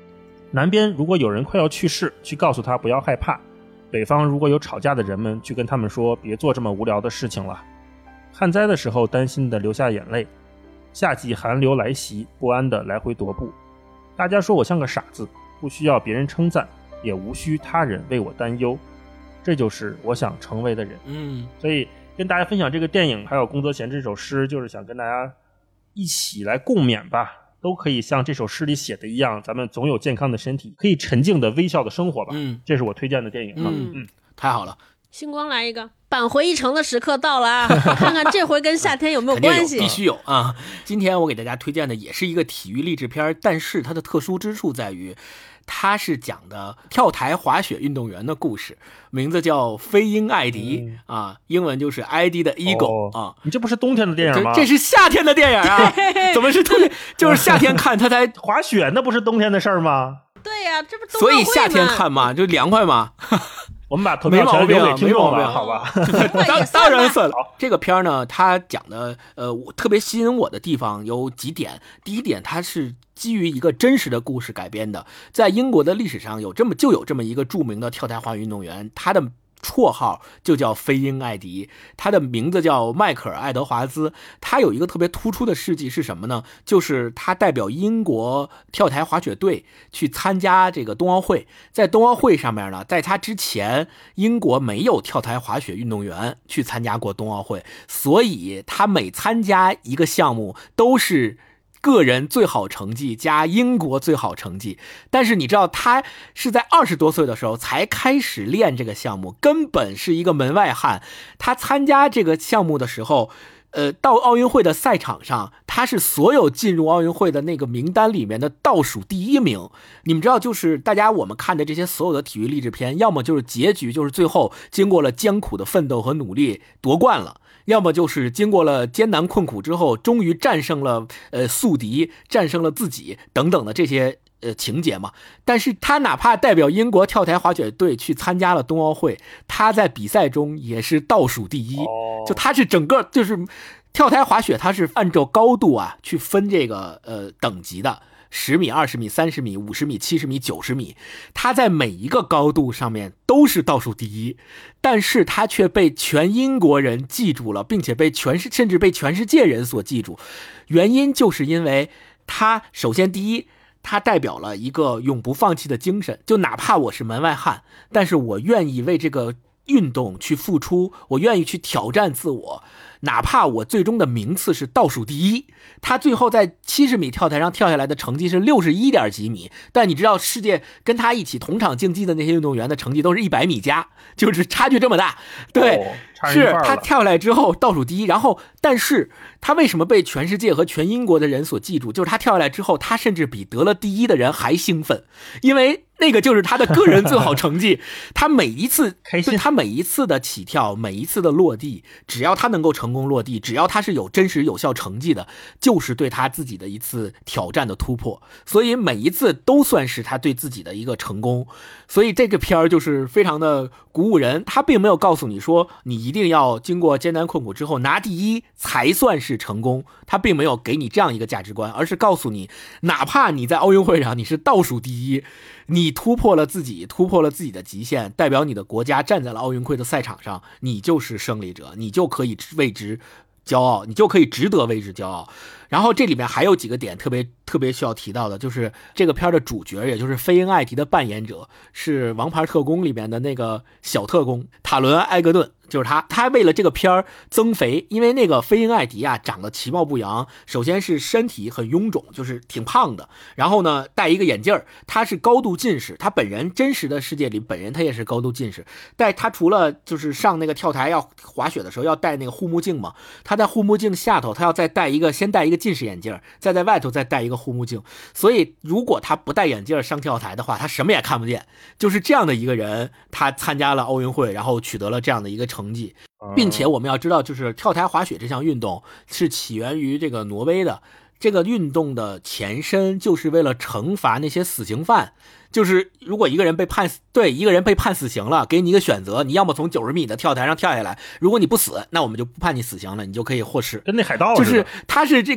南边如果有人快要去世，去告诉他不要害怕；北方如果有吵架的人们，去跟他们说别做这么无聊的事情了。旱灾的时候担心的流下眼泪，夏季寒流来袭，不安的来回踱步。大家说我像个傻子，不需要别人称赞，也无需他人为我担忧。这就是我想成为的人。所以跟大家分享这个电影还有宫泽贤这首诗，就是想跟大家一起来共勉吧，都可以像这首诗里写的一样，咱们总有健康的身体，可以沉静的微笑的生活吧。这是我推荐的电影。 太好了。 星光来一个扳回一城的时刻到了啊！看看这回跟夏天有没有关系？ 必须有啊！今天我给大家推荐的也是一个体育励志片，但是它的特殊之处在于，它是讲的跳台滑雪运动员的故事，名字叫飞鹰艾迪啊，英文就是 ID 的 Eagle 啊。 你这不是冬天的电影吗？ 这是夏天的电影啊！怎么是冬天？就是夏天看它才滑雪，那不是冬天的事儿吗？ 对呀，这不是所以夏天看嘛，就凉快嘛。 我们把投票权留给听众吧，好吧？ 当然算了。这个片呢，它讲的我特别吸引我的地方有几点。第一点，它是基于一个真实的故事改编的。在英国的历史上有这么一个著名的跳台滑运动员，他的绰号就叫飞鹰艾迪，他的名字叫迈克尔·爱德华兹。他有一个特别突出的事迹是什么呢？就是他代表英国跳台滑雪队去参加这个冬奥会。在冬奥会上面呢，在他之前，英国没有跳台滑雪运动员去参加过冬奥会，所以他每参加一个项目都是个人最好成绩加英国最好成绩。但是你知道他是在20多岁的时候才开始练这个项目，根本是一个门外汉。他参加这个项目的时候到奥运会的赛场上，他是所有进入奥运会的那个名单里面的倒数第1名。你们知道，就是我们看的这些所有的体育励志片，要么就是结局就是最后经过了艰苦的奋斗和努力夺冠了，要么就是经过了艰难困苦之后，终于战胜了宿敌，战胜了自己等等的这些情节嘛。但是他哪怕代表英国跳台滑雪队去参加了冬奥会，他在比赛中也是倒数第1。就他是整个就是跳台滑雪，他是按照高度啊去分这个等级的。10米、20米、30米、50米、70米、90米，他在每一个高度上面都是倒数第1，但是他却被全英国人记住了，并且甚至被全世界人所记住。原因就是因为他首先第一，他代表了一个永不放弃的精神，就哪怕我是门外汉，但是我愿意为这个运动去付出，我愿意去挑战自我，哪怕我最终的名次是倒数第1。他最后在70米跳台上跳下来的成绩是61点几米，但你知道世界跟他一起同场竞技的那些运动员的成绩都是100米加，就是差距这么大。对，是他跳下来之后倒数第1，然后但是他为什么被全世界和全英国的人所记住？就是他跳下来之后，他甚至比得了第1的人还兴奋，因为那个就是他的个人最好成绩。他每一次的起跳，每一次的落地，只要他能够成功落地，只要他是有真实有效成绩的，就是对他自己的一次挑战的突破。所以每一次都算是他对自己的一个成功。所以这个片儿就是非常的鼓舞人。他并没有告诉你说你一定要经过艰难困苦之后拿第1才算是成功，他并没有给你这样一个价值观，而是告诉你，哪怕你在奥运会上你是倒数第1，你突破了自己的极限，代表你的国家站在了奥运会的赛场上，你就是胜利者，你就可以为之骄傲，你就可以值得为之骄傲。然后这里面还有几个点特别需要提到的，就是这个片的主角，也就是飞鹰艾迪的扮演者，是《王牌特工》里面的那个小特工塔伦·埃格顿，就是他为了这个片增肥，因为那个飞鹰艾迪啊长得其貌不扬，首先是身体很臃肿，就是挺胖的，然后呢戴一个眼镜，他是高度近视，他本人真实的世界里本人他也是高度近视，但他除了就是上那个跳台要滑雪的时候要戴那个护目镜嘛，他在护目镜下头他要先戴一个近视眼镜，再在外头再戴一个护目镜，所以如果他不戴眼镜上跳台的话，他什么也看不见。就是这样的一个人，他参加了奥运会，然后取得了这样的一个成绩。并且我们要知道，就是跳台滑雪这项运动是起源于这个挪威的，这个运动的前身就是为了惩罚那些死刑犯。就是如果一个人被判死刑了，给你一个选择，你要么从90米的跳台上跳下来，如果你不死，那我们就不判你死刑了，你就可以获释。 跟那海盗似的，就是他是这个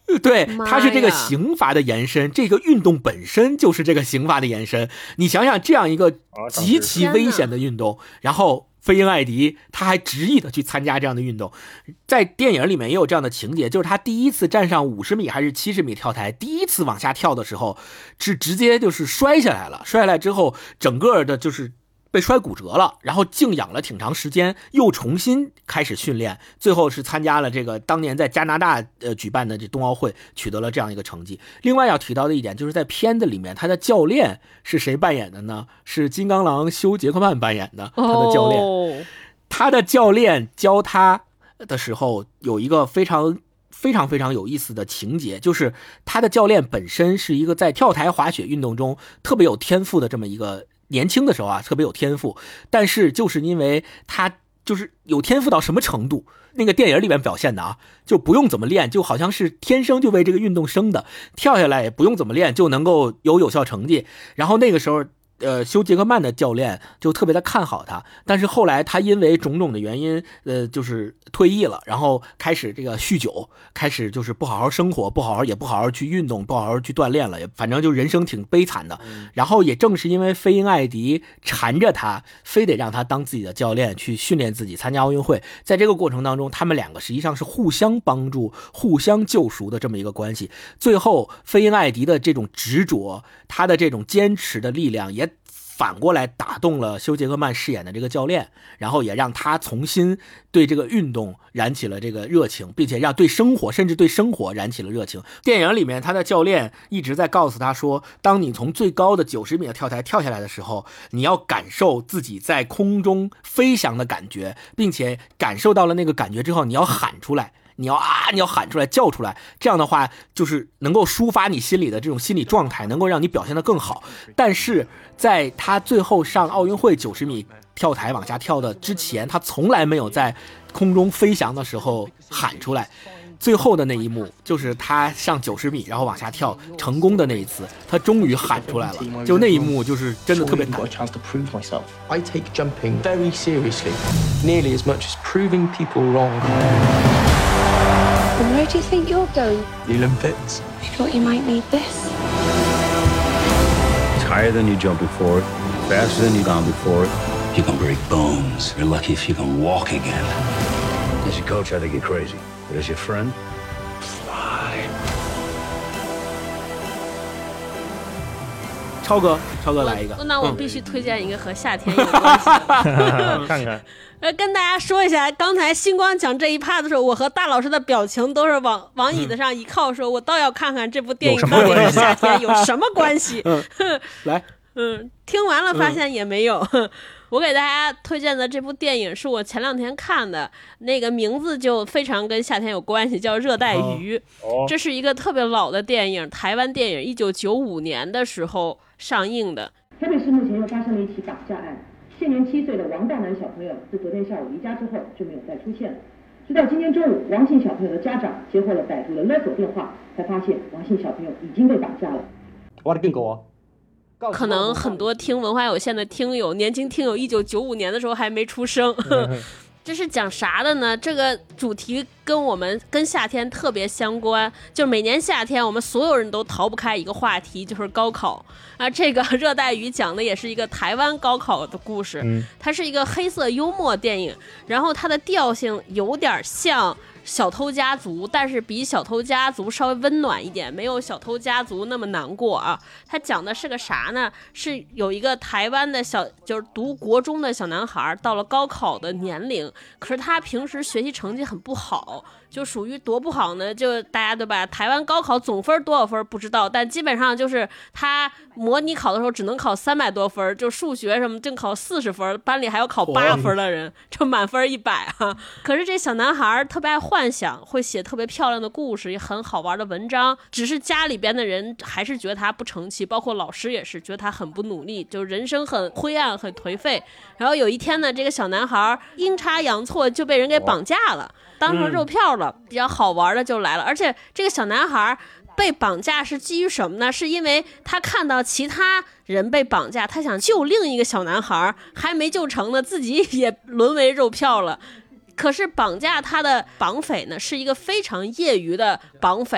对，它是这个刑罚的延伸，这个运动本身就是这个刑罚的延伸。你想想，这样一个极其危险的运动，然后飞鹰艾迪他还执意的去参加这样的运动，在电影里面也有这样的情节，就是他第一次站上50米还是70米跳台，第一次往下跳的时候，是直接就是摔下来了，摔下来之后，整个的就是被摔骨折了，然后静养了挺长时间，又重新开始训练，最后是参加了这个当年在加拿大举办的这冬奥会，取得了这样一个成绩。另外要提到的一点就是在片子里面，他的教练是谁扮演的呢？是金刚狼休·杰克曼扮演的，他的教练。他的教练教他的时候有一个非常有意思的情节，就是他的教练本身是一个在跳台滑雪运动中特别有天赋的这么一个。年轻的时候啊，特别有天赋，但是就是因为他就是有天赋到什么程度，那个电影里面表现的啊，就不用怎么练，就好像是天生就为这个运动生的，跳下来也不用怎么练就能够有效成绩。然后那个时候休·杰克曼的教练就特别的看好他，但是后来他因为种种的原因就是退役了，然后开始这个酗酒，开始就是不好好生活，不好好去运动，不好好去锻炼了，也反正就人生挺悲惨的。然后也正是因为飞鹰艾迪缠着他，非得让他当自己的教练去训练自己，参加奥运会，在这个过程当中他们两个实际上是互相帮助互相救赎的这么一个关系。最后飞鹰艾迪的这种执着，他的这种坚持的力量也反过来打动了休·杰克曼饰演的这个教练，然后也让他重新对这个运动燃起了这个热情，并且让甚至对生活燃起了热情。电影里面他的教练一直在告诉他说，当你从最高的90米的跳台跳下来的时候，你要感受自己在空中飞翔的感觉，并且感受到了那个感觉之后，你要喊出来，你要喊出来，叫出来，这样的话就是能够抒发你心里的这种心理状态，能够让你表现得更好。但是在他最后上奥运会90米跳台往下跳的之前，他从来没有在空中飞翔的时候喊出来。最后的那一幕就是他上90米然后往下跳成功的那一次，他终于喊出来了，就那一幕就是真的特别难。 I take jumping very seriously, nearly as much as proving people wrong. And where do you think you're going? The Olympics. I thought you might need this. It's higher than you jumped before, faster than you've gone before. You can break bones. You're lucky if you can walk again. As your coach, I think you're crazy. But as your friend, fly. 超哥来一个。 那我必须推荐一个和夏天有关系的。 看看。 跟大家说一下，刚才星光讲这一趴的时候，我和大老师的表情都是往椅子上一靠，说我倒要看看这部电影到底和夏天有什么关系。 来， 听完了发现也没有。我给大家推荐的这部电影是我前2天看的，那个名字就非常跟夏天有关系，叫《热带鱼》。这是一个特别老的电影，台湾电影，1995年的时候上映的。 台北市目前又发生了一起绑架案，现年7岁的王大男小朋友自昨天下午离家之后就没有再出现了。直到今天中午，王姓小朋友的家长接获了歹徒的勒索电话，才发现王姓小朋友已经被绑架了。 我的更狗啊！ 可能很多听文化有限的听友，年轻听友1995年的时候还没出生。这是讲啥的呢？这个主题跟夏天特别相关，就每年夏天我们所有人都逃不开一个话题，就是高考啊。这个热带鱼讲的也是一个台湾高考的故事，它是一个黑色幽默电影，然后它的调性有点像小偷家族，但是比小偷家族稍微温暖一点，没有小偷家族那么难过啊。他讲的是个啥呢？是有一个台湾的就是读国中的小男孩，到了高考的年龄，可是他平时学习成绩很不好，就属于多不好呢？就大家对吧？台湾高考总分多少分不知道，但基本上就是他模拟考的时候只能考300多分，就数学什么正考40分，班里还有考8分的人，就满分100啊。可是这小男孩特别爱幻想，会写特别漂亮的故事，也很好玩的文章，只是家里边的人还是觉得他不成器，包括老师也是觉得他很不努力，就人生很灰暗很颓废。然后有一天呢，这个小男孩阴差阳错就被人给绑架了，当成肉票了。比较好玩的就来了，而且这个小男孩被绑架是基于什么呢？是因为他看到其他人被绑架，他想救另一个小男孩，还没救成呢，自己也沦为肉票了。可是绑架他的绑匪呢，是一个非常业余的绑匪，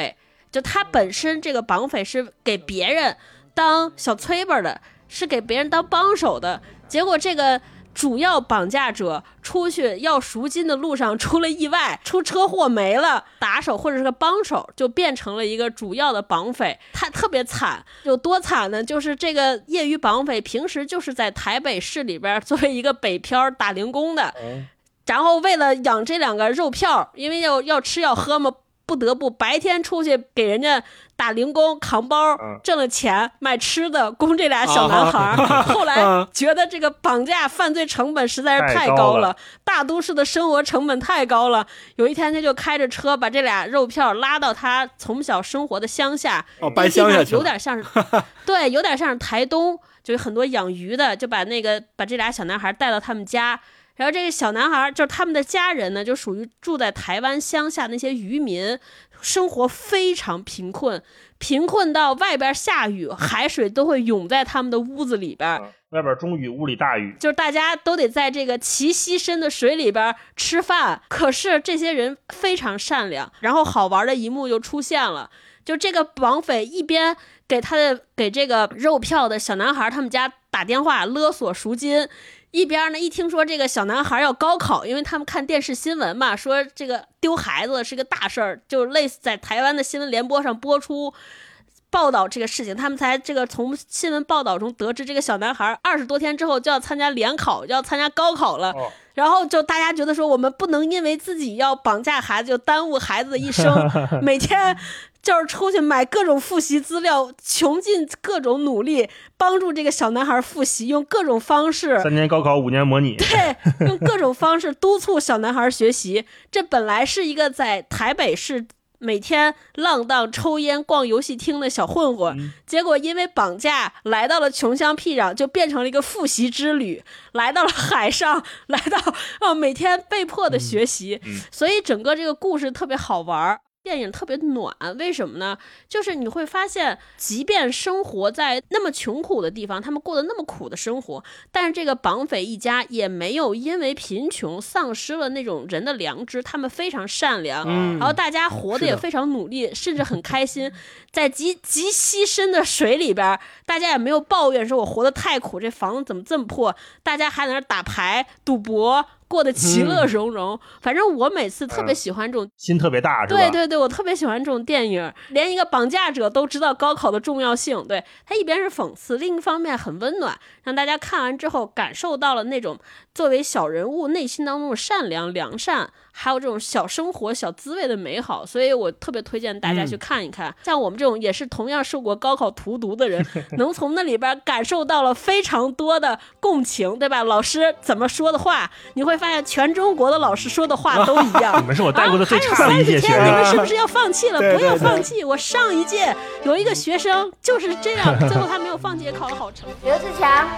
就他本身这个绑匪是给别人当小催吧的，是给别人当帮手的，结果这个主要绑架者出去要赎金的路上出了意外，出车祸没了，打手或者是个帮手就变成了一个主要的绑匪。他特别惨，有多惨呢？就是这个业余绑匪平时就是在台北市里边作为一个北漂打零工的，然后为了养这2个肉票，因为要吃要喝嘛，不得不白天出去给人家打零工扛包，挣了钱买吃的供这俩小男孩。后来觉得这个绑架犯罪成本实在是太高了，大都市的生活成本太高了。有一天他就开着车把这俩肉票拉到他从小生活的乡下， 搬乡下去了， 有点像是对，有点像是台东，就有很多养鱼的，就把这俩小男孩带到他们家。然后这个小男孩就是他们的家人呢，就属于住在台湾乡下那些渔民，生活非常贫困到外边下雨，海水都会涌在他们的屋子里边。 外边中雨，屋里大雨， 就是大家都得在这个齐膝深的水里边吃饭。可是这些人非常善良，然后好玩的一幕就出现了，就这个绑匪一边给这个肉票的小男孩他们家打电话勒索赎金，一边呢一听说这个小男孩要高考，因为他们看电视新闻嘛，说这个丢孩子是个大事儿，就类似在台湾的新闻联播上播出报道这个事情，他们才这个从新闻报道中得知这个小男孩20多天之后就要参加联考，就要参加高考了。然后就大家觉得说，我们不能因为自己要绑架孩子就耽误孩子的一生，每天就是出去买各种复习资料，穷尽各种努力帮助这个小男孩复习，用各种方式 3年高考5年模拟， 对，用各种方式督促小男孩学习。这本来是一个在台北市每天浪荡抽烟逛游戏厅的小混混，结果因为绑架来到了穷乡僻壤，就变成了一个复习之旅，来到了海上，来到每天被迫的学习。所以整个这个故事特别好玩，电影特别暖。为什么呢？就是你会发现，即便生活在那么穷苦的地方，他们过得那么苦的生活，但是这个绑匪一家也没有因为贫穷丧失了那种人的良知，他们非常善良，然后大家活得也非常努力，甚至很开心。在极稀深的水里边，大家也没有抱怨说我活得太苦，这房子怎么这么破，大家还在那打牌赌博，过得其乐融融。反正我每次特别喜欢这种心特别大，是吧？ 对对对，我特别喜欢这种电影，连一个绑架者都知道高考的重要性。对，它一边是讽刺，另一方面很温暖，让大家看完之后感受到了那种作为小人物内心当中的善良良善，还有这种小生活小滋味的美好。所以我特别推荐大家去看一看，像我们这种也是同样受过高考荼毒的人，能从那里边感受到了非常多的共情，对吧？老师怎么说的话，你会发现全中国的老师说的话都一样。 你们是我带过的最差的一届学生， 你们是不是要放弃了？不要放弃。我上一届有一个学生就是这样，最后他没有放弃，也考了好成绩。 刘志强，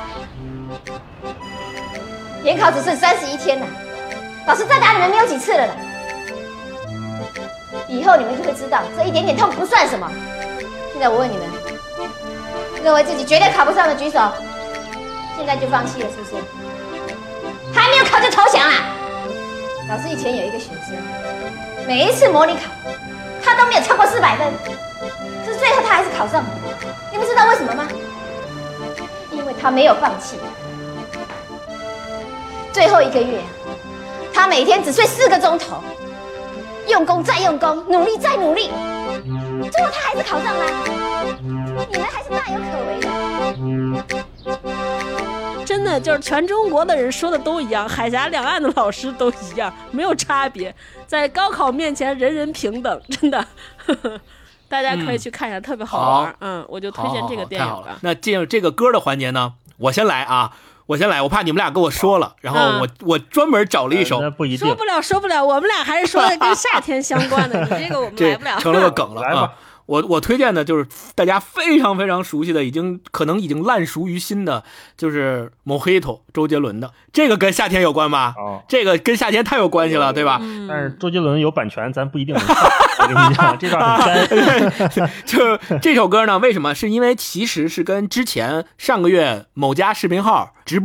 联考只剩31天了，老师再打你们没有几次了。以后你们就会知道，这一点点痛不算什么。现在我问你们，认为自己绝对考不上的举手，现在就放弃了是不是？还没有考就投降啦？老师以前有一个学生，每一次模拟考他都没有超过400分，可是最后他还是考上了。你们知道为什么吗？因为他没有放弃。最后1个月，他每天只睡4个钟头，用功再用功，努力再努力，最后他还是考上了。你们还是大有可为的。 真的就是全中国的人说的都一样，海峡两岸的老师都一样，没有差别，在高考面前人人平等，真的。大家可以去看一下，特别好玩。我就推荐这个电影了。 那进入这个歌的环节呢，我先来，我怕你们俩跟我说了，然后我专门找了一首， 不一定说不了，我们俩还是说的跟夏天相关的，你这个我们来不了， 成了个梗了啊。我推荐的就是大家非常非常熟悉的，可能已经烂熟于心的，就是《Mojito》周杰伦的。这个跟夏天有关吧？这个跟夏天太有关系了，对吧？ 但是周杰伦有版权，咱不一定能唱。我跟你讲，这段很干。就这首歌呢，为什么？是因为其实是跟之前上个月某家视频号直播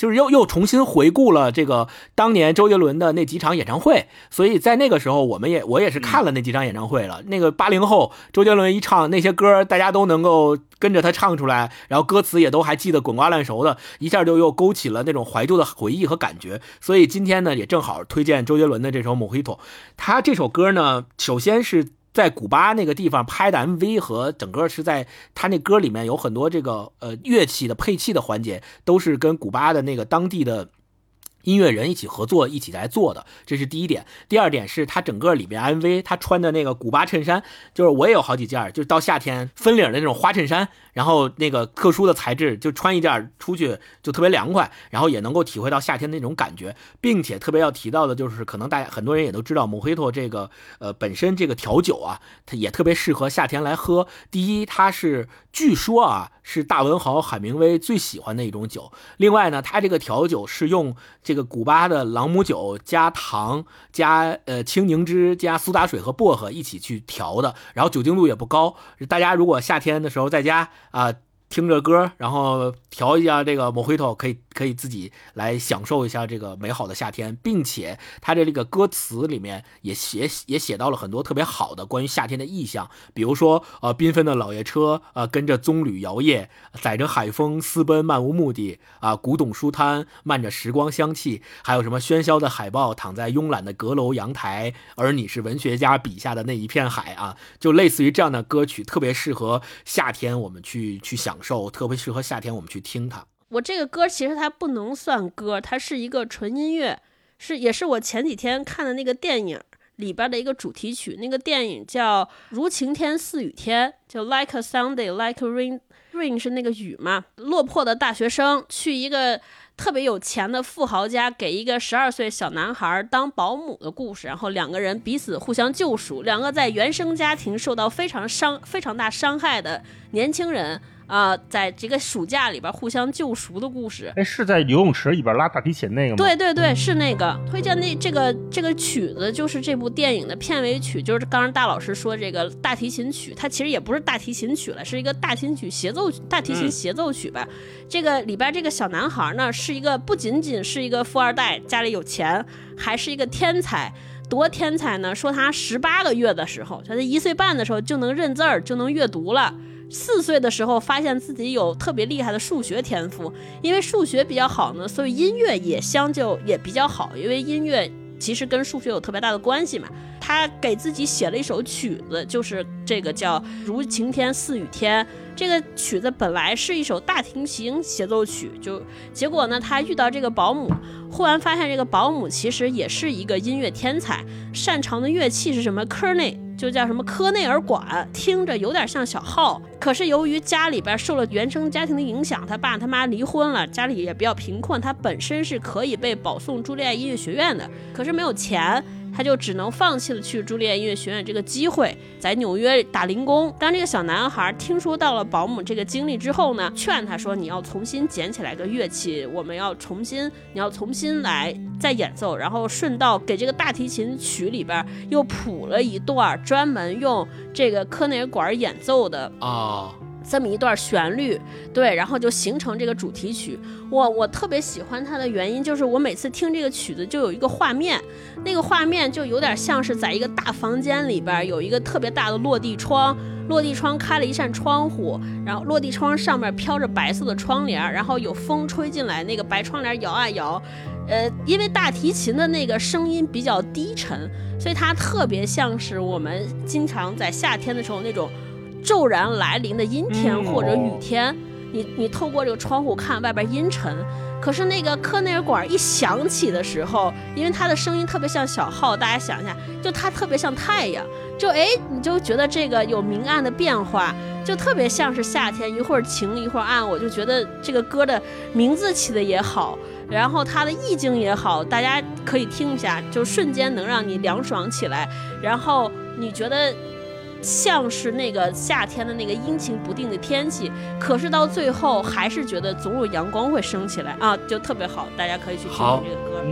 就是又重新回顾了这个当年周杰伦的那几场演唱会，所以在那个时候我也是看了那几场演唱会了。那个80后周杰伦一唱那些歌，大家都能够跟着他唱出来，然后歌词也都还记得滚瓜烂熟的，一下就又勾起了那种怀旧的回忆和感觉。所以今天呢，也正好推荐周杰伦的这首《Mojito》。他这首歌呢，首先是在古巴那个地方拍的 MV 和整个是在他那歌里面有很多这个乐器的配器的环节都是跟古巴的那个当地的音乐人一起合作一起来做的，这是第一点。第二点是他整个里面 MV 他穿的那个古巴衬衫，就是我也有好几件，就是到夏天分领的那种花衬衫，然后那个特殊的材质，就穿一件出去就特别凉快，然后也能够体会到夏天的那种感觉。并且特别要提到的就是，可能大家很多人也都知道Mojito这个本身这个调酒啊，它也特别适合夏天来喝。第一，它是据说啊是大文豪海明威最喜欢的一种酒。另外呢，它这个调酒是用这个古巴的朗姆酒加糖加青柠汁加苏打水和薄荷一起去调的，然后酒精度也不高。大家如果夏天的时候在家听着歌，然后调一下这个 Mojito， 可以自己来享受一下这个美好的夏天。并且他的这个歌词里面也写到了很多特别好的关于夏天的意象，比如说缤纷的老爷车跟着棕榈摇曳，载着海风私奔漫无目的古董书摊漫着时光香气，还有什么喧嚣的海报躺在慵懒的阁楼阳台，而你是文学家笔下的那一片海就类似于这样的歌曲，特别适合夏天我们去享受，特别适合夏天我们去听它。 我这个歌其实它不能算歌，它是一个纯音乐，也是我前几天看的那个电影里边的一个主题曲。那个电影叫《如晴天似雨天》，叫 Like a Sunday Like a Rain 是那个雨嘛。落魄的大学生去一个特别有钱的富豪家，给一个12岁小男孩当保姆的故事。然后两个人彼此互相救赎，两个在原生家庭受到非常大伤害的年轻人在这个暑假里边互相救赎的故事。 是在游泳池里边拉大提琴那个吗？ 对对对，是那个。推荐这个曲子就是这部电影的片尾曲，就是刚刚大老师说这个大提琴曲，它其实也不是大提琴曲了，是一个大提琴协奏曲吧。这个里边这个小男孩呢，不仅仅是一个富二代，家里有钱，还是一个天才。多天才呢？说他18个月的时候，他1岁半的时候就能认字儿，就能阅读了。4岁的时候发现自己有特别厉害的数学天赋，因为数学比较好呢，所以音乐也相就也比较好，因为音乐其实跟数学有特别大的关系嘛。他给自己写了一首曲子，就是这个叫《如晴天似雨天》。这个曲子本来是一首大提琴协奏曲，结果呢，他遇到这个保姆，忽然发现这个保姆其实也是一个音乐天才，擅长的乐器是什么科内，就叫什么科内尔管，听着有点像小号。可是由于家里边受了原生家庭的影响，他爸他妈离婚了，家里也比较贫困，他本身是可以被保送朱丽叶音乐学院的，可是没有钱，他就只能放弃了去朱丽叶音乐学院这个机会，在纽约打零工。当这个小男孩听说到了保姆这个经历之后呢，劝他说，你要重新捡起来个乐器，你要重新来再演奏。然后顺道给这个大提琴曲里边又谱了一段专门用这个科内尔管演奏的这么一段旋律，对，然后就形成这个主题曲。我特别喜欢它的原因就是我每次听这个曲子就有一个画面，那个画面就有点像是在一个大房间里边有一个特别大的落地窗开了一扇窗户，然后落地窗上面飘着白色的窗帘，然后有风吹进来，那个白窗帘摇啊摇。因为大提琴的那个声音比较低沉，所以它特别像是我们经常在夏天的时候那种骤然来临的阴天或者雨天，你透过这个窗户看外边阴沉，可是那个科内尔管一响起的时候，因为它的声音特别像小号，大家想一下，就它特别像太阳，你就觉得这个有明暗的变化，就特别像是夏天，一会儿晴一会儿暗。我就觉得这个歌的名字起的也好，然后它的意境也好，大家可以听一下，就瞬间能让你凉爽起来，然后你觉得像是那个夏天的那个阴晴不定的天气，可是到最后还是觉得总有阳光会升起来就特别好，大家可以去听听这个歌。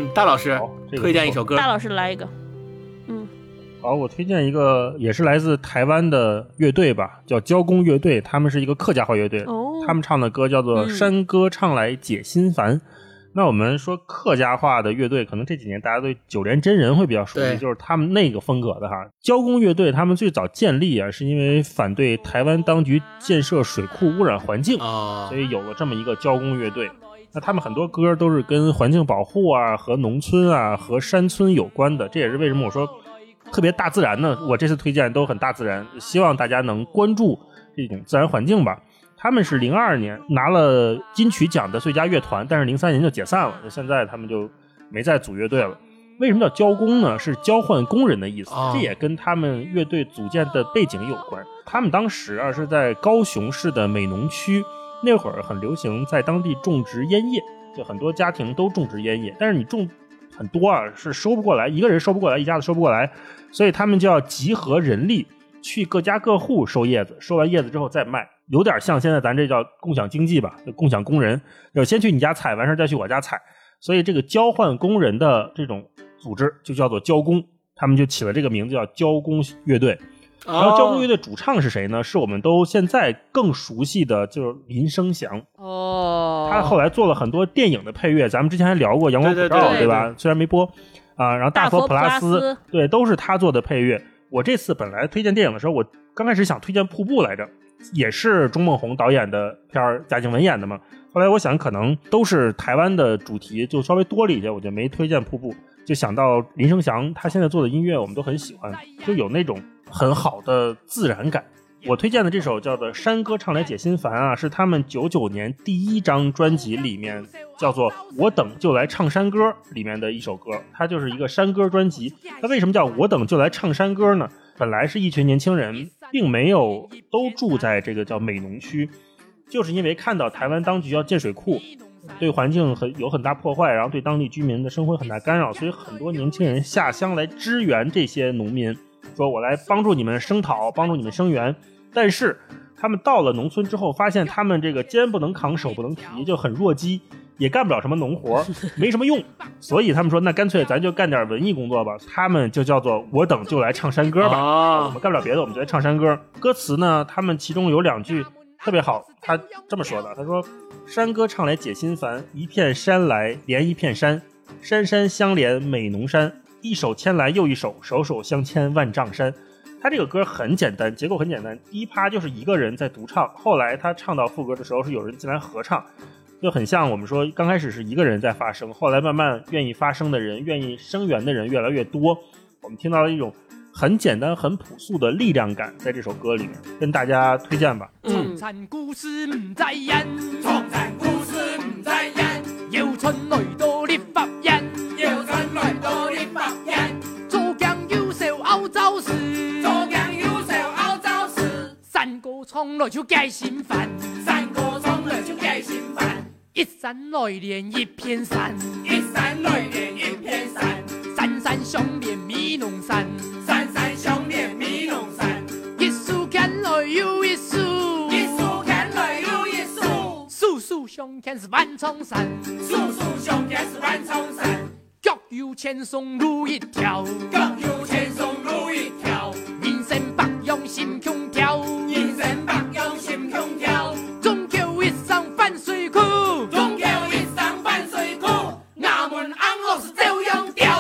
大老师推荐一首歌。 大老师来一个。 好，我推荐一个也是来自台湾的乐队吧，叫交工乐队，他们是一个客家话乐队，他们唱的歌叫做《山歌唱来解心烦》。那我们说客家话的乐队，可能这几年大家对九连真人会比较熟悉，就是他们那个风格的哈。交工乐队他们最早建立啊，是因为反对台湾当局建设水库污染环境，所以有了这么一个交工乐队。那他们很多歌都是跟环境保护啊、和农村啊、和山村有关的，这也是为什么我说特别大自然呢，我这次推荐都很大自然，希望大家能关注这种自然环境吧。他们是02年拿了金曲奖的最佳乐团，但是03年就解散了，现在他们就没再组乐队了。为什么叫交工呢？是交换工人的意思，这也跟他们乐队组建的背景有关。他们当时啊是在高雄市的美浓区，那会儿很流行在当地种植烟叶，就很多家庭都种植烟叶，但是你种很多啊是收不过来，一个人收不过来，一家子收不过来，所以他们就要集合人力去各家各户收叶子，收完叶子之后再卖，有点像现在咱这叫共享经济吧，就共享工人，就先去你家采，完事再去我家采，所以这个交换工人的这种组织就叫做交工，他们就起了这个名字叫交工乐队。然后交工乐队主唱是谁呢？是我们都现在更熟悉的就是林生祥。他后来做了很多电影的配乐，咱们之前还聊过《阳光普照》，对吧？虽然没播啊，然后大佛普拉斯，对，都是他做的配乐。我这次本来推荐电影的时候，我刚开始想推荐《瀑布》来着，也是钟孟宏导演的片儿，贾静雯演的嘛。后来我想可能都是台湾的主题，就稍微多了一些，我就没推荐《瀑布》。就想到林生祥他现在做的音乐，我们都很喜欢，就有那种很好的自然感。我推荐的这首叫做《山歌唱来解心烦》啊，是他们99年第1张专辑里面叫做《我等就来唱山歌》里面的一首歌，它就是一个山歌专辑。它为什么叫我等就来唱山歌呢？本来是一群年轻人并没有都住在这个叫美浓区，就是因为看到台湾当局要建水库，对环境有很大破坏，然后对当地居民的生活很大干扰，所以很多年轻人下乡来支援这些农民，说我来帮助你们声讨，帮助你们声援。但是他们到了农村之后，发现他们这个肩不能扛手不能提，就很弱鸡，也干不了什么农活，没什么用，所以他们说那干脆咱就干点文艺工作吧。他们就叫做我等就来唱山歌吧，我们干不了别的，我们就来唱山歌。歌词呢，他们其中有2句特别好，他这么说的，他说山歌唱来解心烦，一片山来连一片山，山山相连美浓山，一手牵来又一手，手手相牵万丈山。他这个歌很简单，结构很简单，第一趴就是一个人在独唱，后来他唱到副歌的时候是有人进来合唱，就很像我们说刚开始是一个人在发声，后来慢慢愿意发声的人，愿意声援的人越来越多，我们听到了一种很简单很朴素的力量感在这首歌里面，跟大家推荐吧。 创产故事不在演，创产故事不在演，有春来到立法院，有春来到立法院，做强优秀欧洲事，做强优秀欧洲事，山歌唱来就解心烦，山歌唱来就解心烦，一山来连一片山，一山来连一片山，山山相连美浓山，山山相连美浓山，一树看来又一树，一树看来又一树，树树相牵是万重山，树树相牵是万重山，各有千松路一条，各有千松路一条，人生百样心胸跳，人生百样心胸跳，终究一场泛水库，终究一场泛水库，衙门安乐是这样调。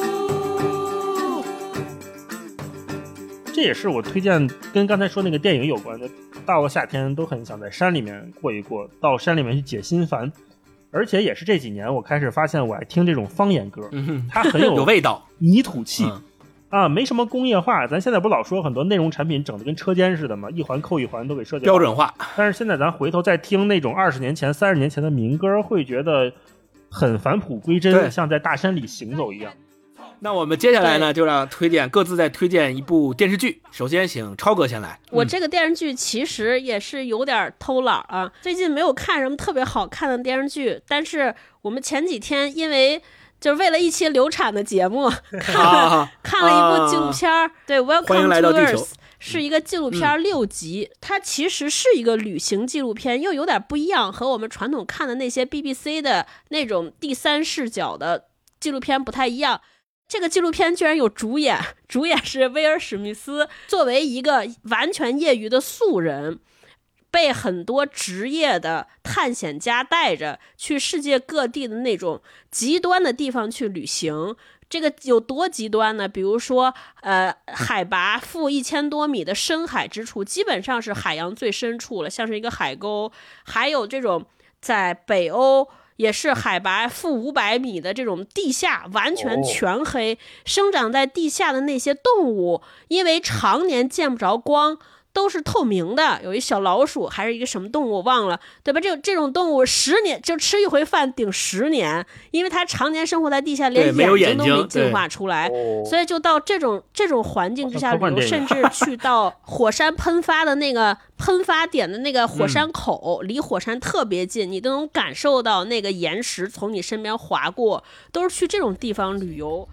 这也是我推荐跟刚才说那个电影有关的，到了夏天都很想在山里面过一过，到山里面去解心烦。而且也是这几年我开始发现我爱听这种方言歌，它很有味道， 泥土气啊，没什么工业化。咱现在不老说很多内容产品整得跟车间似的吗？一环扣一环都给设计标准化。 但是现在咱回头再听那种20年前、30年前的民歌，会觉得很返璞归真，像在大山里行走一样。 那我们接下来呢，就让各自再推荐一部电视剧。首先请超哥先来。 我这个电视剧其实也是有点偷懒啊，最近没有看什么特别好看的电视剧，但是我们前几天因为就是为了一期流产的节目看了一部纪录片，对 Welcome to Earth 是一个纪录片6集，它其实是一个旅行纪录片，又有点不一样，和我们传统看的那些 BBC 的那种第三视角的纪录片不太一样。这个纪录片居然有主演是威尔史密斯，作为一个完全业余的素人，被很多职业的探险家带着去世界各地的那种极端的地方去旅行。这个有多极端呢？比如说海拔-1000多米的深海之处，基本上是海洋最深处了，像是一个海沟。还有这种在北欧也是海拔-500米的这种地下，完全全黑，生长在地下的那些动物，因为常年见不着光，都是透明的。有一小老鼠还是一个什么动物我忘了，对吧？这种动物10年就吃一回饭顶10年，因为它常年生活在地下，连眼睛都没进化出来，所以就到这种环境之下旅游，甚至去到火山喷发的那个喷发点的那个火山口，离火山特别近，你都能感受到那个岩石从你身边划过，都是去这种地方旅游。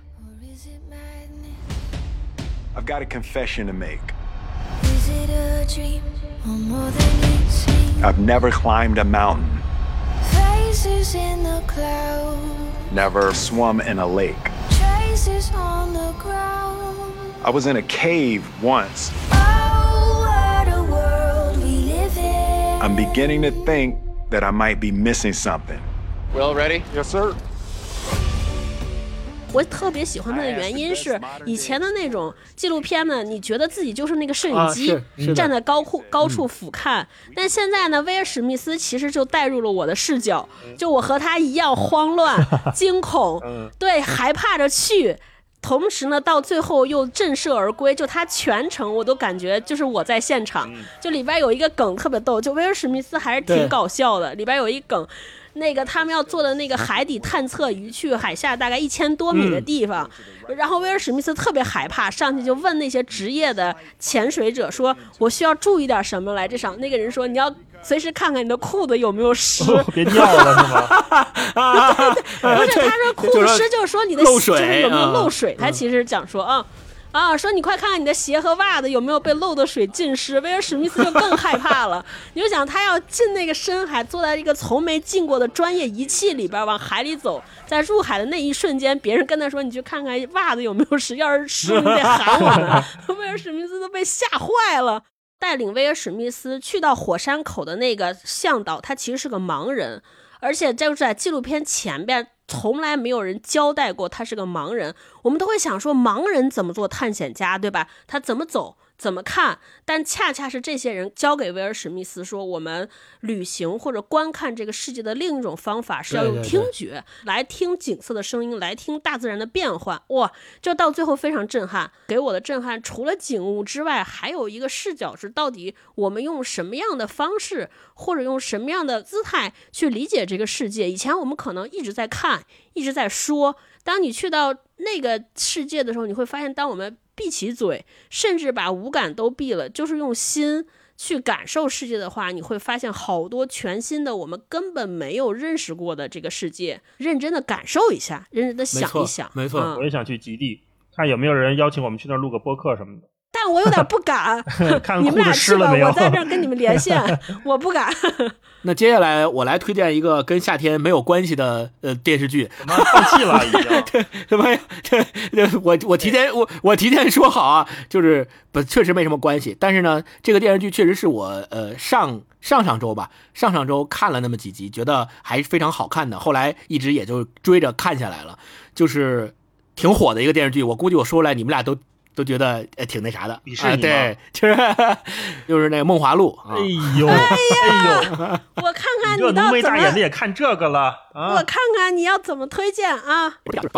I've got a confession to make. Is it a dream or more than it seems? I've never climbed a mountain. Faces in the clouds. Never swum in a lake. Traces on the ground. I was in a cave once. Oh, what a world we live in. I'm beginning to think that I might be missing something. Will, ready? Yes, sir. 我特别喜欢它的原因是，以前的那种纪录片呢，你觉得自己就是那个摄影机，站在高处俯瞰。但现在呢，威尔史密斯其实就带入了我的视角，就我和他一样慌乱、惊恐，对，害怕着去。同时呢，到最后又震慑而归，就他全程我都感觉就是我在现场。就里边有一个梗特别逗，就威尔史密斯还是挺搞笑的。里边有一梗，那个他们要做的那个海底探测仪去海下大概1000多米的地方，然后威尔史密斯特别害怕，上去就问那些职业的潜水者说：“我需要注意点什么来这上？”那个人说：“你要随时看看你的裤子有没有湿， 别尿了是吗？” 不是，他说裤湿就是说你的就是有没有漏水，他其实讲说说你快看看你的鞋和袜子有没有被漏的水浸湿。威尔史密斯就更害怕了，你就想他要进那个深海，坐在一个从没进过的专业仪器里边往海里走，在入海的那一瞬间，别人跟他说你去看看袜子有没有湿，要是湿你得喊我呢。威尔史密斯都被吓坏了。带领威尔史密斯去到火山口的那个向导，他其实是个盲人，而且就是在纪录片前边从来没有人交代过他是个盲人。我们都会想说，盲人怎么做探险家，对吧？他怎么走怎么看，但恰恰是这些人交给威尔史密斯说，我们旅行或者观看这个世界的另一种方法是要用听觉来听景色的声音，来听大自然的变化。哇，就到最后非常震撼。给我的震撼除了景物之外，还有一个视角是到底我们用什么样的方式或者用什么样的姿态去理解这个世界。以前我们可能一直在看一直在说，当你去到那个世界的时候，你会发现当我们闭起嘴，甚至把五感都闭了，就是用心去感受世界的话，你会发现好多全新的我们根本没有认识过的这个世界。认真的感受一下，认真的想一想。 没错， 我也想去极地，看有没有人邀请我们去那儿录个播客什么的。 但我有点不敢。 看你们俩湿了没有？ 我在这儿跟你们连线，我不敢。 那接下来我来推荐一个跟夏天没有关系的电视剧。 放弃了已经。 什么？我提前说好啊，就是确实没什么关系。但是呢，这个电视剧确实是我上周看了那么几集，觉得还是非常好看的。后来一直也就追着看下来了，就是挺火的一个电视剧。我估计我说出来你们俩都觉得挺那啥的，对，就是那个《梦华录》。 哎呦， 我看看你这浓眉大眼的也看这个了啊！ 我看看你要怎么推荐啊！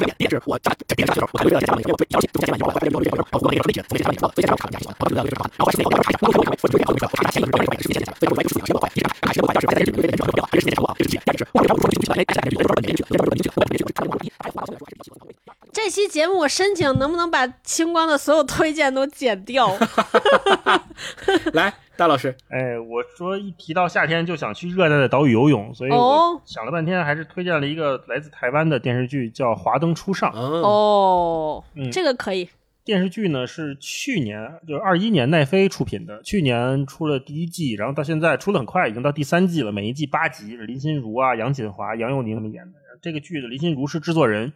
这期节目我申请能不能把星光的所有推荐都剪掉？ 来，大老师。 我说一提到夏天就想去热带的岛屿游泳，所以我想了半天还是推荐了一个来自台湾的电视剧，叫《华灯初上》。 这个可以。 电视剧呢是去年就是21年奈飞出品的，去年出了第1季，然后到现在出了很快，已经到第3季了，每一季8集，林心如啊、杨锦华、杨佑宁他们演的。这个剧的林心如是制作人，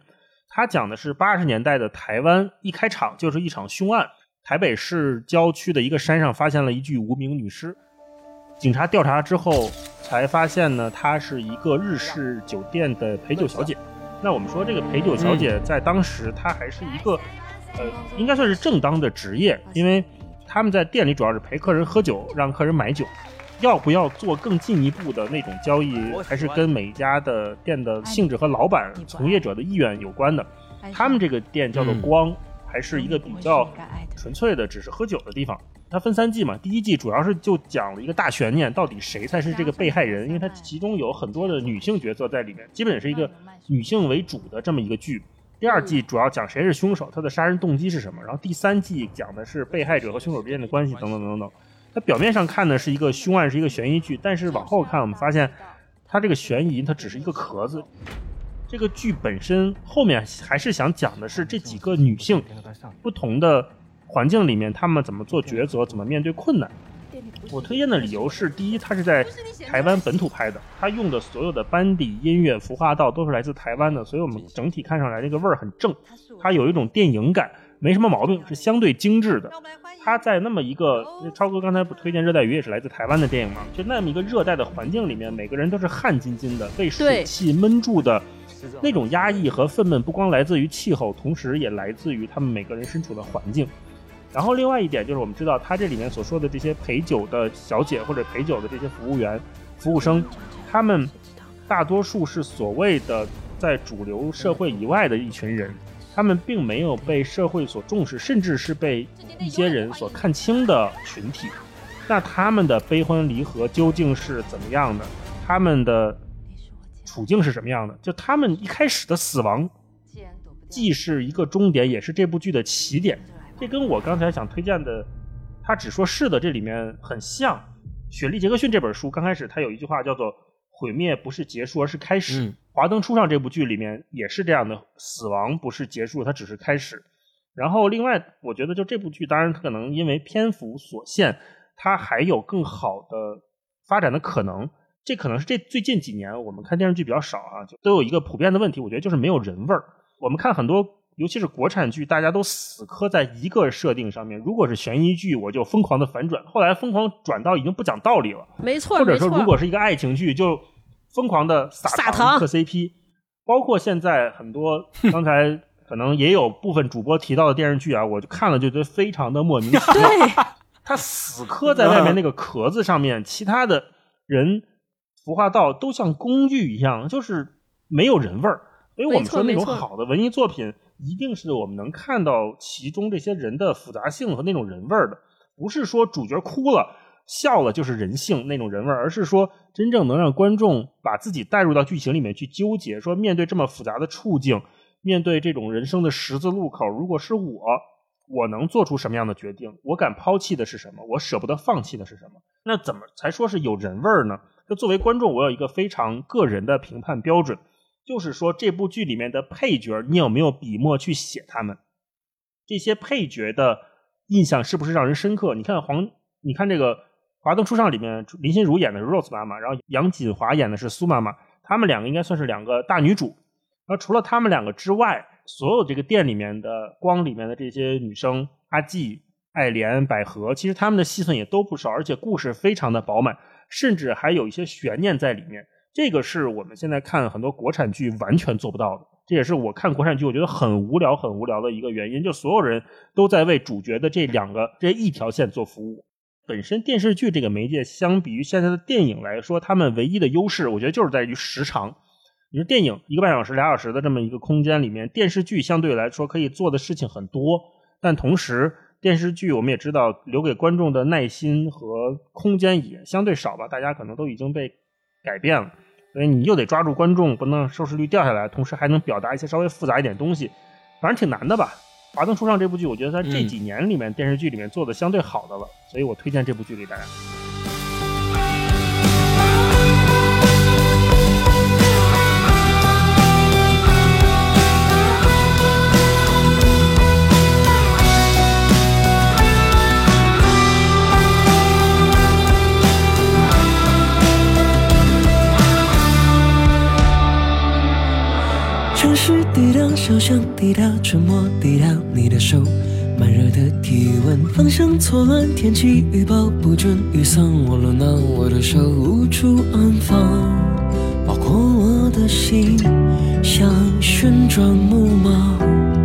它讲的是80年代的台湾，一开场就是一场凶案。台北市郊区的一个山上发现了一具无名女尸，警察调查之后才发现呢，她是一个日式酒店的陪酒小姐。那我们说这个陪酒小姐在当时她还是一个应该算是正当的职业，因为他们在店里主要是陪客人喝酒，让客人买酒。要不要做更进一步的那种交易，还是跟每一家的店的性质和老板从业者的意愿有关的。他们这个店叫做光，还是一个比较纯粹的只是喝酒的地方。它分3季嘛，第1季主要是就讲了一个大悬念，到底谁才是这个被害人，因为它其中有很多的女性角色在里面，基本是一个女性为主的这么一个剧。第2季主要讲谁是凶手，他的杀人动机是什么，然后第3季讲的是被害者和凶手之间的关系等等等等。它表面上看的是一个凶案，是一个悬疑剧，但是往后看我们发现它这个悬疑它只是一个壳子。这个剧本身后面还是想讲的是这几个女性不同的环境里面她们怎么做抉择，怎么面对困难。我推荐的理由是，第一，它是在台湾本土拍的，它用的所有的班底、音乐、服化道都是来自台湾的，所以我们整体看上来这个味儿很正，它有一种电影感，没什么毛病，是相对精致的。它在那么一个，超哥刚才不推荐热带鱼也是来自台湾的电影嘛，就那么一个热带的环境里面，每个人都是汗津津的，被水汽闷住的那种压抑和愤懑，不光来自于气候，同时也来自于他们每个人身处的环境。然后另外一点就是我们知道他这里面所说的这些陪酒的小姐或者陪酒的这些服务员、服务生，他们大多数是所谓的在主流社会以外的一群人，他们并没有被社会所重视，甚至是被一些人所看轻的群体。那他们的悲欢离合究竟是怎么样的？他们的处境是什么样的？就他们一开始的死亡既是一个终点，也是这部剧的起点。这跟我刚才想推荐的他只说是的这里面很像。雪莉·杰克逊这本书刚开始他有一句话叫做毁灭不是结束而是开始。华灯初上这部剧里面也是这样的，死亡不是结束，它只是开始。然后另外我觉得就这部剧当然可能因为篇幅所限，它还有更好的发展的可能。这可能是这最近几年我们看电视剧比较少啊，就都有一个普遍的问题，我觉得就是没有人味儿。我们看很多尤其是国产剧，大家都死磕在一个设定上面，如果是悬疑剧我就疯狂的反转，后来疯狂转到已经不讲道理了， 没错， 或者说如果是一个爱情剧就疯狂的撒糖磕 CP。 包括现在很多刚才可能也有部分主播提到的电视剧啊，我就看了就觉得非常的莫名其妙。他死磕在外面那个壳子上面，其他的人服化道都像工具一样，就是没有人味儿。所以我们说那种好的文艺作品一定是我们能看到其中这些人的复杂性和那种人味儿的，不是说主角哭了笑了就是人性那种人味儿，而是说真正能让观众把自己带入到剧情里面去纠结，说面对这么复杂的处境，面对这种人生的十字路口，如果是我能做出什么样的决定，我敢抛弃的是什么，我舍不得放弃的是什么，那怎么才说是有人味儿呢？就作为观众我有一个非常个人的评判标准，就是说这部剧里面的配角你有没有笔墨去写他们，这些配角的印象是不是让人深刻。你看这个华灯初上里面林心如演的是 Rose 妈妈，然后杨锦华演的是苏妈妈，他们两个应该算是两个大女主。然后除了他们两个之外，所有这个店里面的光里面的这些女生，阿纪、爱莲、百合，其实他们的戏份也都不少，而且故事非常的饱满，甚至还有一些悬念在里面。这个是我们现在看很多国产剧完全做不到的，这也是我看国产剧我觉得很无聊的一个原因，就所有人都在为主角的这一条线做服务。本身电视剧这个媒介相比于现在的电影来说，他们唯一的优势我觉得就是在于时长。你说电影1个半小时2小时的这么一个空间里面，电视剧相对来说可以做的事情很多，但同时电视剧我们也知道留给观众的耐心和空间也相对少吧，大家可能都已经被改变了，所以你又得抓住观众，不能让收视率掉下来，同时还能表达一些稍微复杂一点东西，反正挺难的吧。华灯初上这部剧我觉得在这几年里面电视剧里面做的相对好的了，所以我推荐这部剧给大家。 城市抵挡就像滴答沉默滴到你的手，慢热的体温，方向错乱，天气预报不准，雨伞我轮到我的手无处安放，包括我的心像旋转木马。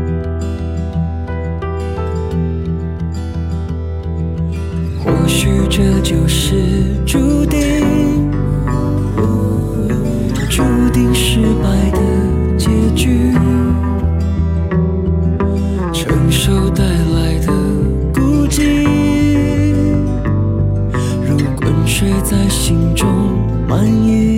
或许这就是注定，注定失败的结局，承受带来的孤寂，如滚水在心中漫溢。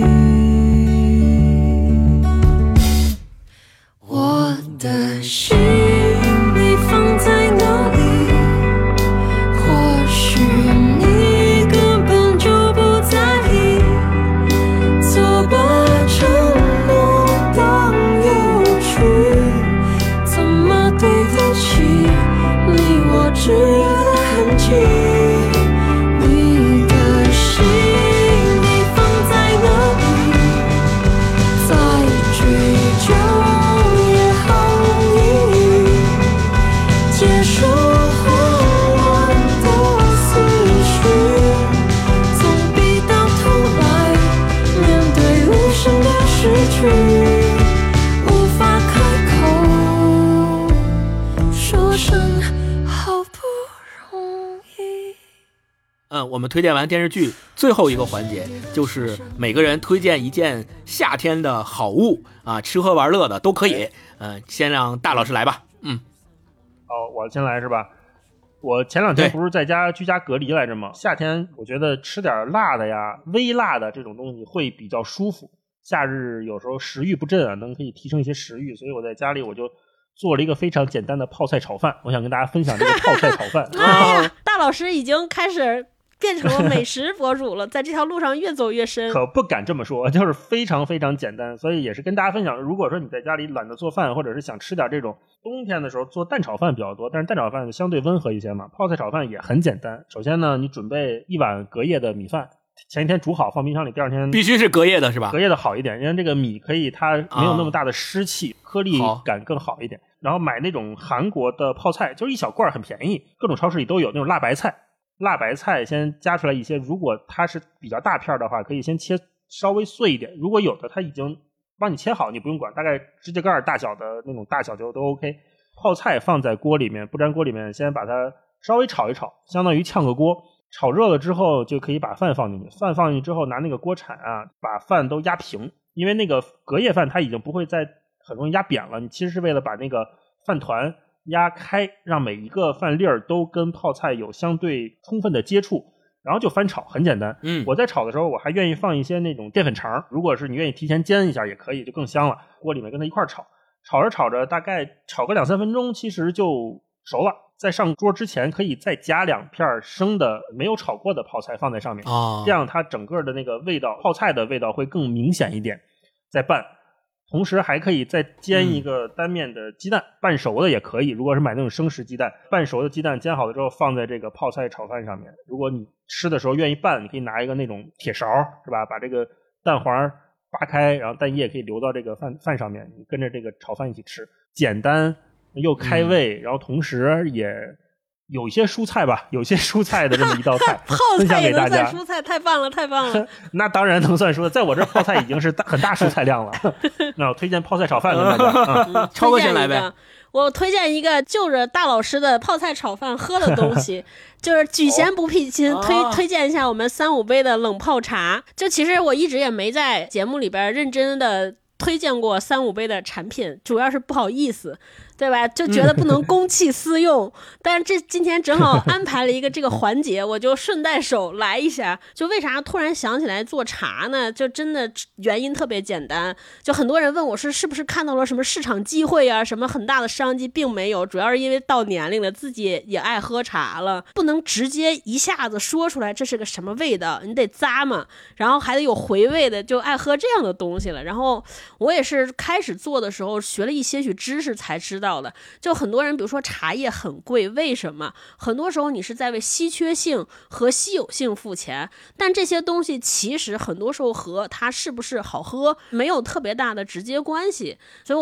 我的心你放在哪里？或许你根本就不在意，错把沉默当有趣，怎么对得起你我炙热的痕迹？你的心你放在哪里？再追究也毫无意义，接受混乱的思绪，总比到头来面对无声的失去，无法开口说声好不容易。 我们推荐完电视剧，最后一个环节就是每个人推荐一件夏天的好物啊，吃喝玩乐的都可以。先让大老师来吧。 我先来是吧？我前两天不是在家居家隔离来着吗？夏天我觉得吃点辣的呀、微辣的这种东西会比较舒服。夏日有时候食欲不振啊，可以提升一些食欲，所以我在家里我就做了一个非常简单的泡菜炒饭。我想跟大家分享这个泡菜炒饭。 妈呀，大老师已经开始变成了美食博主了，在这条路上越走越深。 可不敢这么说，就是非常非常简单，所以也是跟大家分享。如果说你在家里懒得做饭，或者是想吃点这种冬天的时候做蛋炒饭比较多，但是蛋炒饭相对温和一些嘛，泡菜炒饭也很简单。首先呢，你准备一碗隔夜的米饭，前一天煮好放冰箱里，第二天必须是隔夜的是吧？ 隔夜的好一点，因为这个米可以它没有那么大的湿气，颗粒感更好一点。然后买那种韩国的泡菜，就是一小罐很便宜，各种超市里都有那种辣白菜。辣白菜先夹出来一些，如果它是比较大片的话，可以先切稍微碎一点。如果有的它已经帮你切好，你不用管，大概指甲盖大小的那种大小就都 OK。泡菜放在锅里面，不粘锅里面，先把它稍微炒一炒，相当于炝个锅。炒热了之后，就可以把饭放进去。饭放进去之后，拿那个锅铲啊，把饭都压平，因为那个隔夜饭它已经不会再很容易压扁了。你其实是为了把那个饭团压开，让每一个饭粒儿都跟泡菜有相对充分的接触，然后就翻炒，很简单。我在炒的时候我还愿意放一些那种淀粉肠，如果是你愿意提前煎一下也可以，就更香了。锅里面跟它一块炒，炒着炒着大概炒个2-3分钟，其实就熟了。在上桌之前可以再加2片生的没有炒过的泡菜放在上面，这样它整个的那个味道，泡菜的味道会更明显一点。再拌，同时还可以再煎一个单面的鸡蛋，半熟的也可以。如果是买那种生食鸡蛋，半熟的鸡蛋煎好了之后放在这个泡菜炒饭上面。如果你吃的时候愿意拌，你可以拿一个那种铁勺，是吧？把这个蛋黄扒开，然后蛋液可以流到这个饭上面，你跟着这个炒饭一起吃，简单又开胃，然后同时也有一些蔬菜吧，有些蔬菜的这么一道菜分享给大家。 泡菜也能算蔬菜，太棒了太棒了。 那当然能算蔬菜，在我这泡菜已经是很大蔬菜量了。那我推荐泡菜炒饭跟大家。 超哥先来呗。 我推荐一个就着大老师的泡菜炒饭喝的东西，就是举贤不聘亲，推荐一下我们3-5杯的冷泡茶。就其实我一直也没在节目里边认真的推荐过3-5杯的产品，主要是不好意思，对吧？就觉得不能公器私用。但是今天正好安排了一个这个环节，我就顺带手来一下。就为啥突然想起来做茶呢？就真的原因特别简单，就很多人问我是不是看到了什么市场机会啊，什么很大的商机，并没有，主要是因为到年龄了，自己也爱喝茶了，不能直接一下子说出来这是个什么味道，你得咂嘛，然后还得有回味的，就爱喝这样的东西了。然后我也是开始做的时候学了一些许知识才知道的，就很多人比如说茶叶很贵，为什么？很多时候你是在为稀缺性和稀有性付钱，但这些东西其实很多时候和它是不是好喝没有特别大的直接关系。所以我们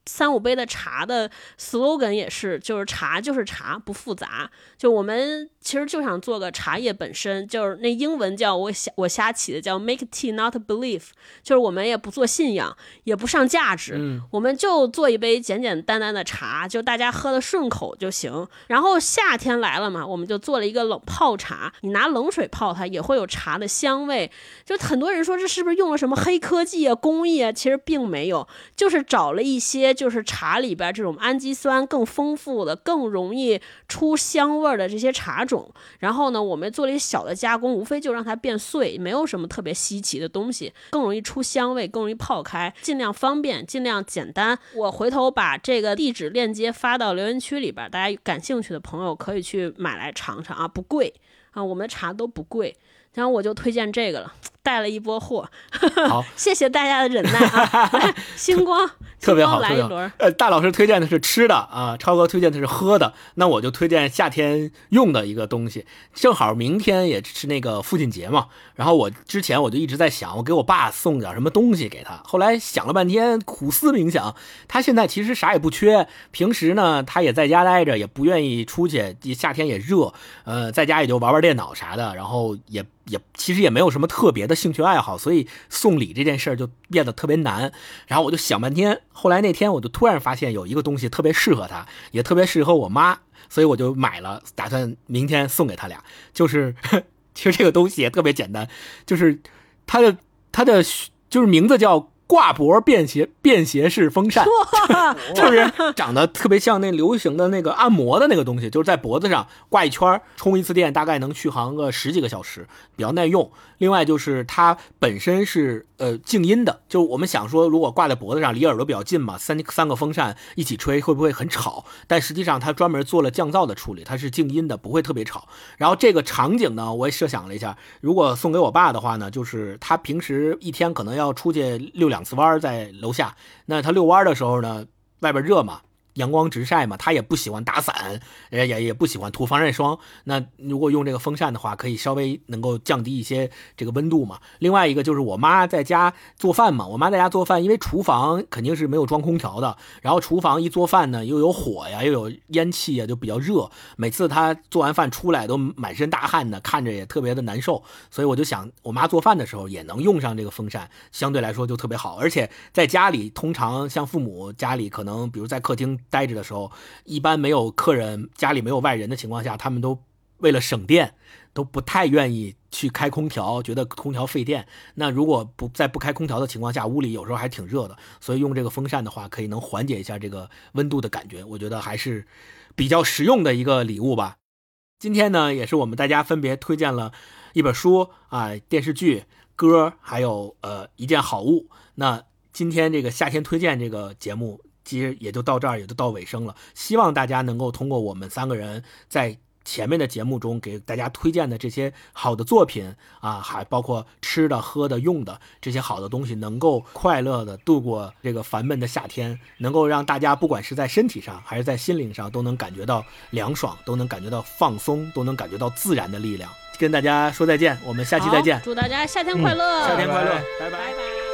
3-5杯的茶的 slogan 也是，就是茶就是茶，不复杂。就我们其实就想做个茶叶本身，就是那英文叫我瞎起的，叫 make tea not belief， 就是我们也不做信仰，也不上价值，我们就做一杯简简单单的茶，就大家喝的顺口就行。然后夏天来了嘛，我们就做了一个冷泡茶，你拿冷水泡它也会有茶的香味。就很多人说这是不是用了什么黑科技啊、工艺啊？其实并没有，就是找了一些就是茶里边这种氨基酸更丰富的、更容易出香味的这些茶种。然后呢，我们做了一些小的加工，无非就让它变碎，没有什么特别稀奇的东西，更容易出香味，更容易泡开，尽量方便，尽量简单。我回头把这个地址链接发到留言区里边，大家感兴趣的朋友可以去买来尝尝啊，不贵啊，我们的茶都不贵。然后我就推荐这个了，带了一波货。 好， 谢谢大家的忍耐啊！来，星光特别好， 来一轮。 大老师推荐的是吃的啊，超哥推荐的是喝的，那我就推荐夏天用的一个东西。正好明天也是那个父亲节嘛，然后之前我就一直在想，我给我爸送点什么东西给他。后来想了半天，苦思冥想，他现在其实啥也不缺，平时呢他也在家待着，也不愿意出去，夏天也热，在家也就玩玩电脑啥的，然后也其实也没有什么特别的兴趣爱好，所以送礼这件事儿就变得特别难。然后我就想半天，后来那天我就突然发现有一个东西特别适合他，也特别适合我妈，所以我就买了，打算明天送给他俩。就是其实这个东西也特别简单，就是它的就是名字叫挂脖便携式风扇，就是长得特别像那流行的那个按摩的那个东西，就是在脖子上挂一圈，充一次电大概能续航个10几个小时，比较耐用。另外就是它本身是静音的，就我们想说如果挂在脖子上离耳朵比较近嘛，三个风扇一起吹会不会很吵，但实际上它专门做了降噪的处理，它是静音的，不会特别吵。然后这个场景呢，我也设想了一下，如果送给我爸的话呢，就是他平时一天可能要出去遛2次弯在楼下，那他遛弯的时候呢，外边热嘛，阳光直晒嘛，他也不喜欢打伞，也不喜欢涂防晒霜。那如果用这个风扇的话，可以稍微能够降低一些这个温度嘛。另外一个就是我妈在家做饭嘛，我妈在家做饭，因为厨房肯定是没有装空调的，然后厨房一做饭呢，又有火呀，又有烟气呀，就比较热。每次她做完饭出来都满身大汗的，看着也特别的难受。所以我就想，我妈做饭的时候也能用上这个风扇，相对来说就特别好。而且在家里，通常像父母家里可能，比如在客厅待着的时候，一般没有客人，家里没有外人的情况下，他们都为了省电都不太愿意去开空调，觉得空调费电。那如果在不开空调的情况下，屋里有时候还挺热的，所以用这个风扇的话可以能缓解一下这个温度的感觉，我觉得还是比较实用的一个礼物吧。今天呢也是我们大家分别推荐了一本书啊、电视剧、歌，还有一件好物。那今天这个夏天推荐这个节目其实也就到这儿，也就到尾声了。希望大家能够通过我们3个人在前面的节目中给大家推荐的这些好的作品啊，还包括吃的、喝的、用的这些好的东西，能够快乐的度过这个烦闷的夏天，能够让大家不管是在身体上还是在心灵上都能感觉到凉爽，都能感觉到放松，都能感觉到自然的力量。跟大家说再见，我们下期再见。 祝大家夏天快乐， 夏天快乐，拜拜。 拜拜。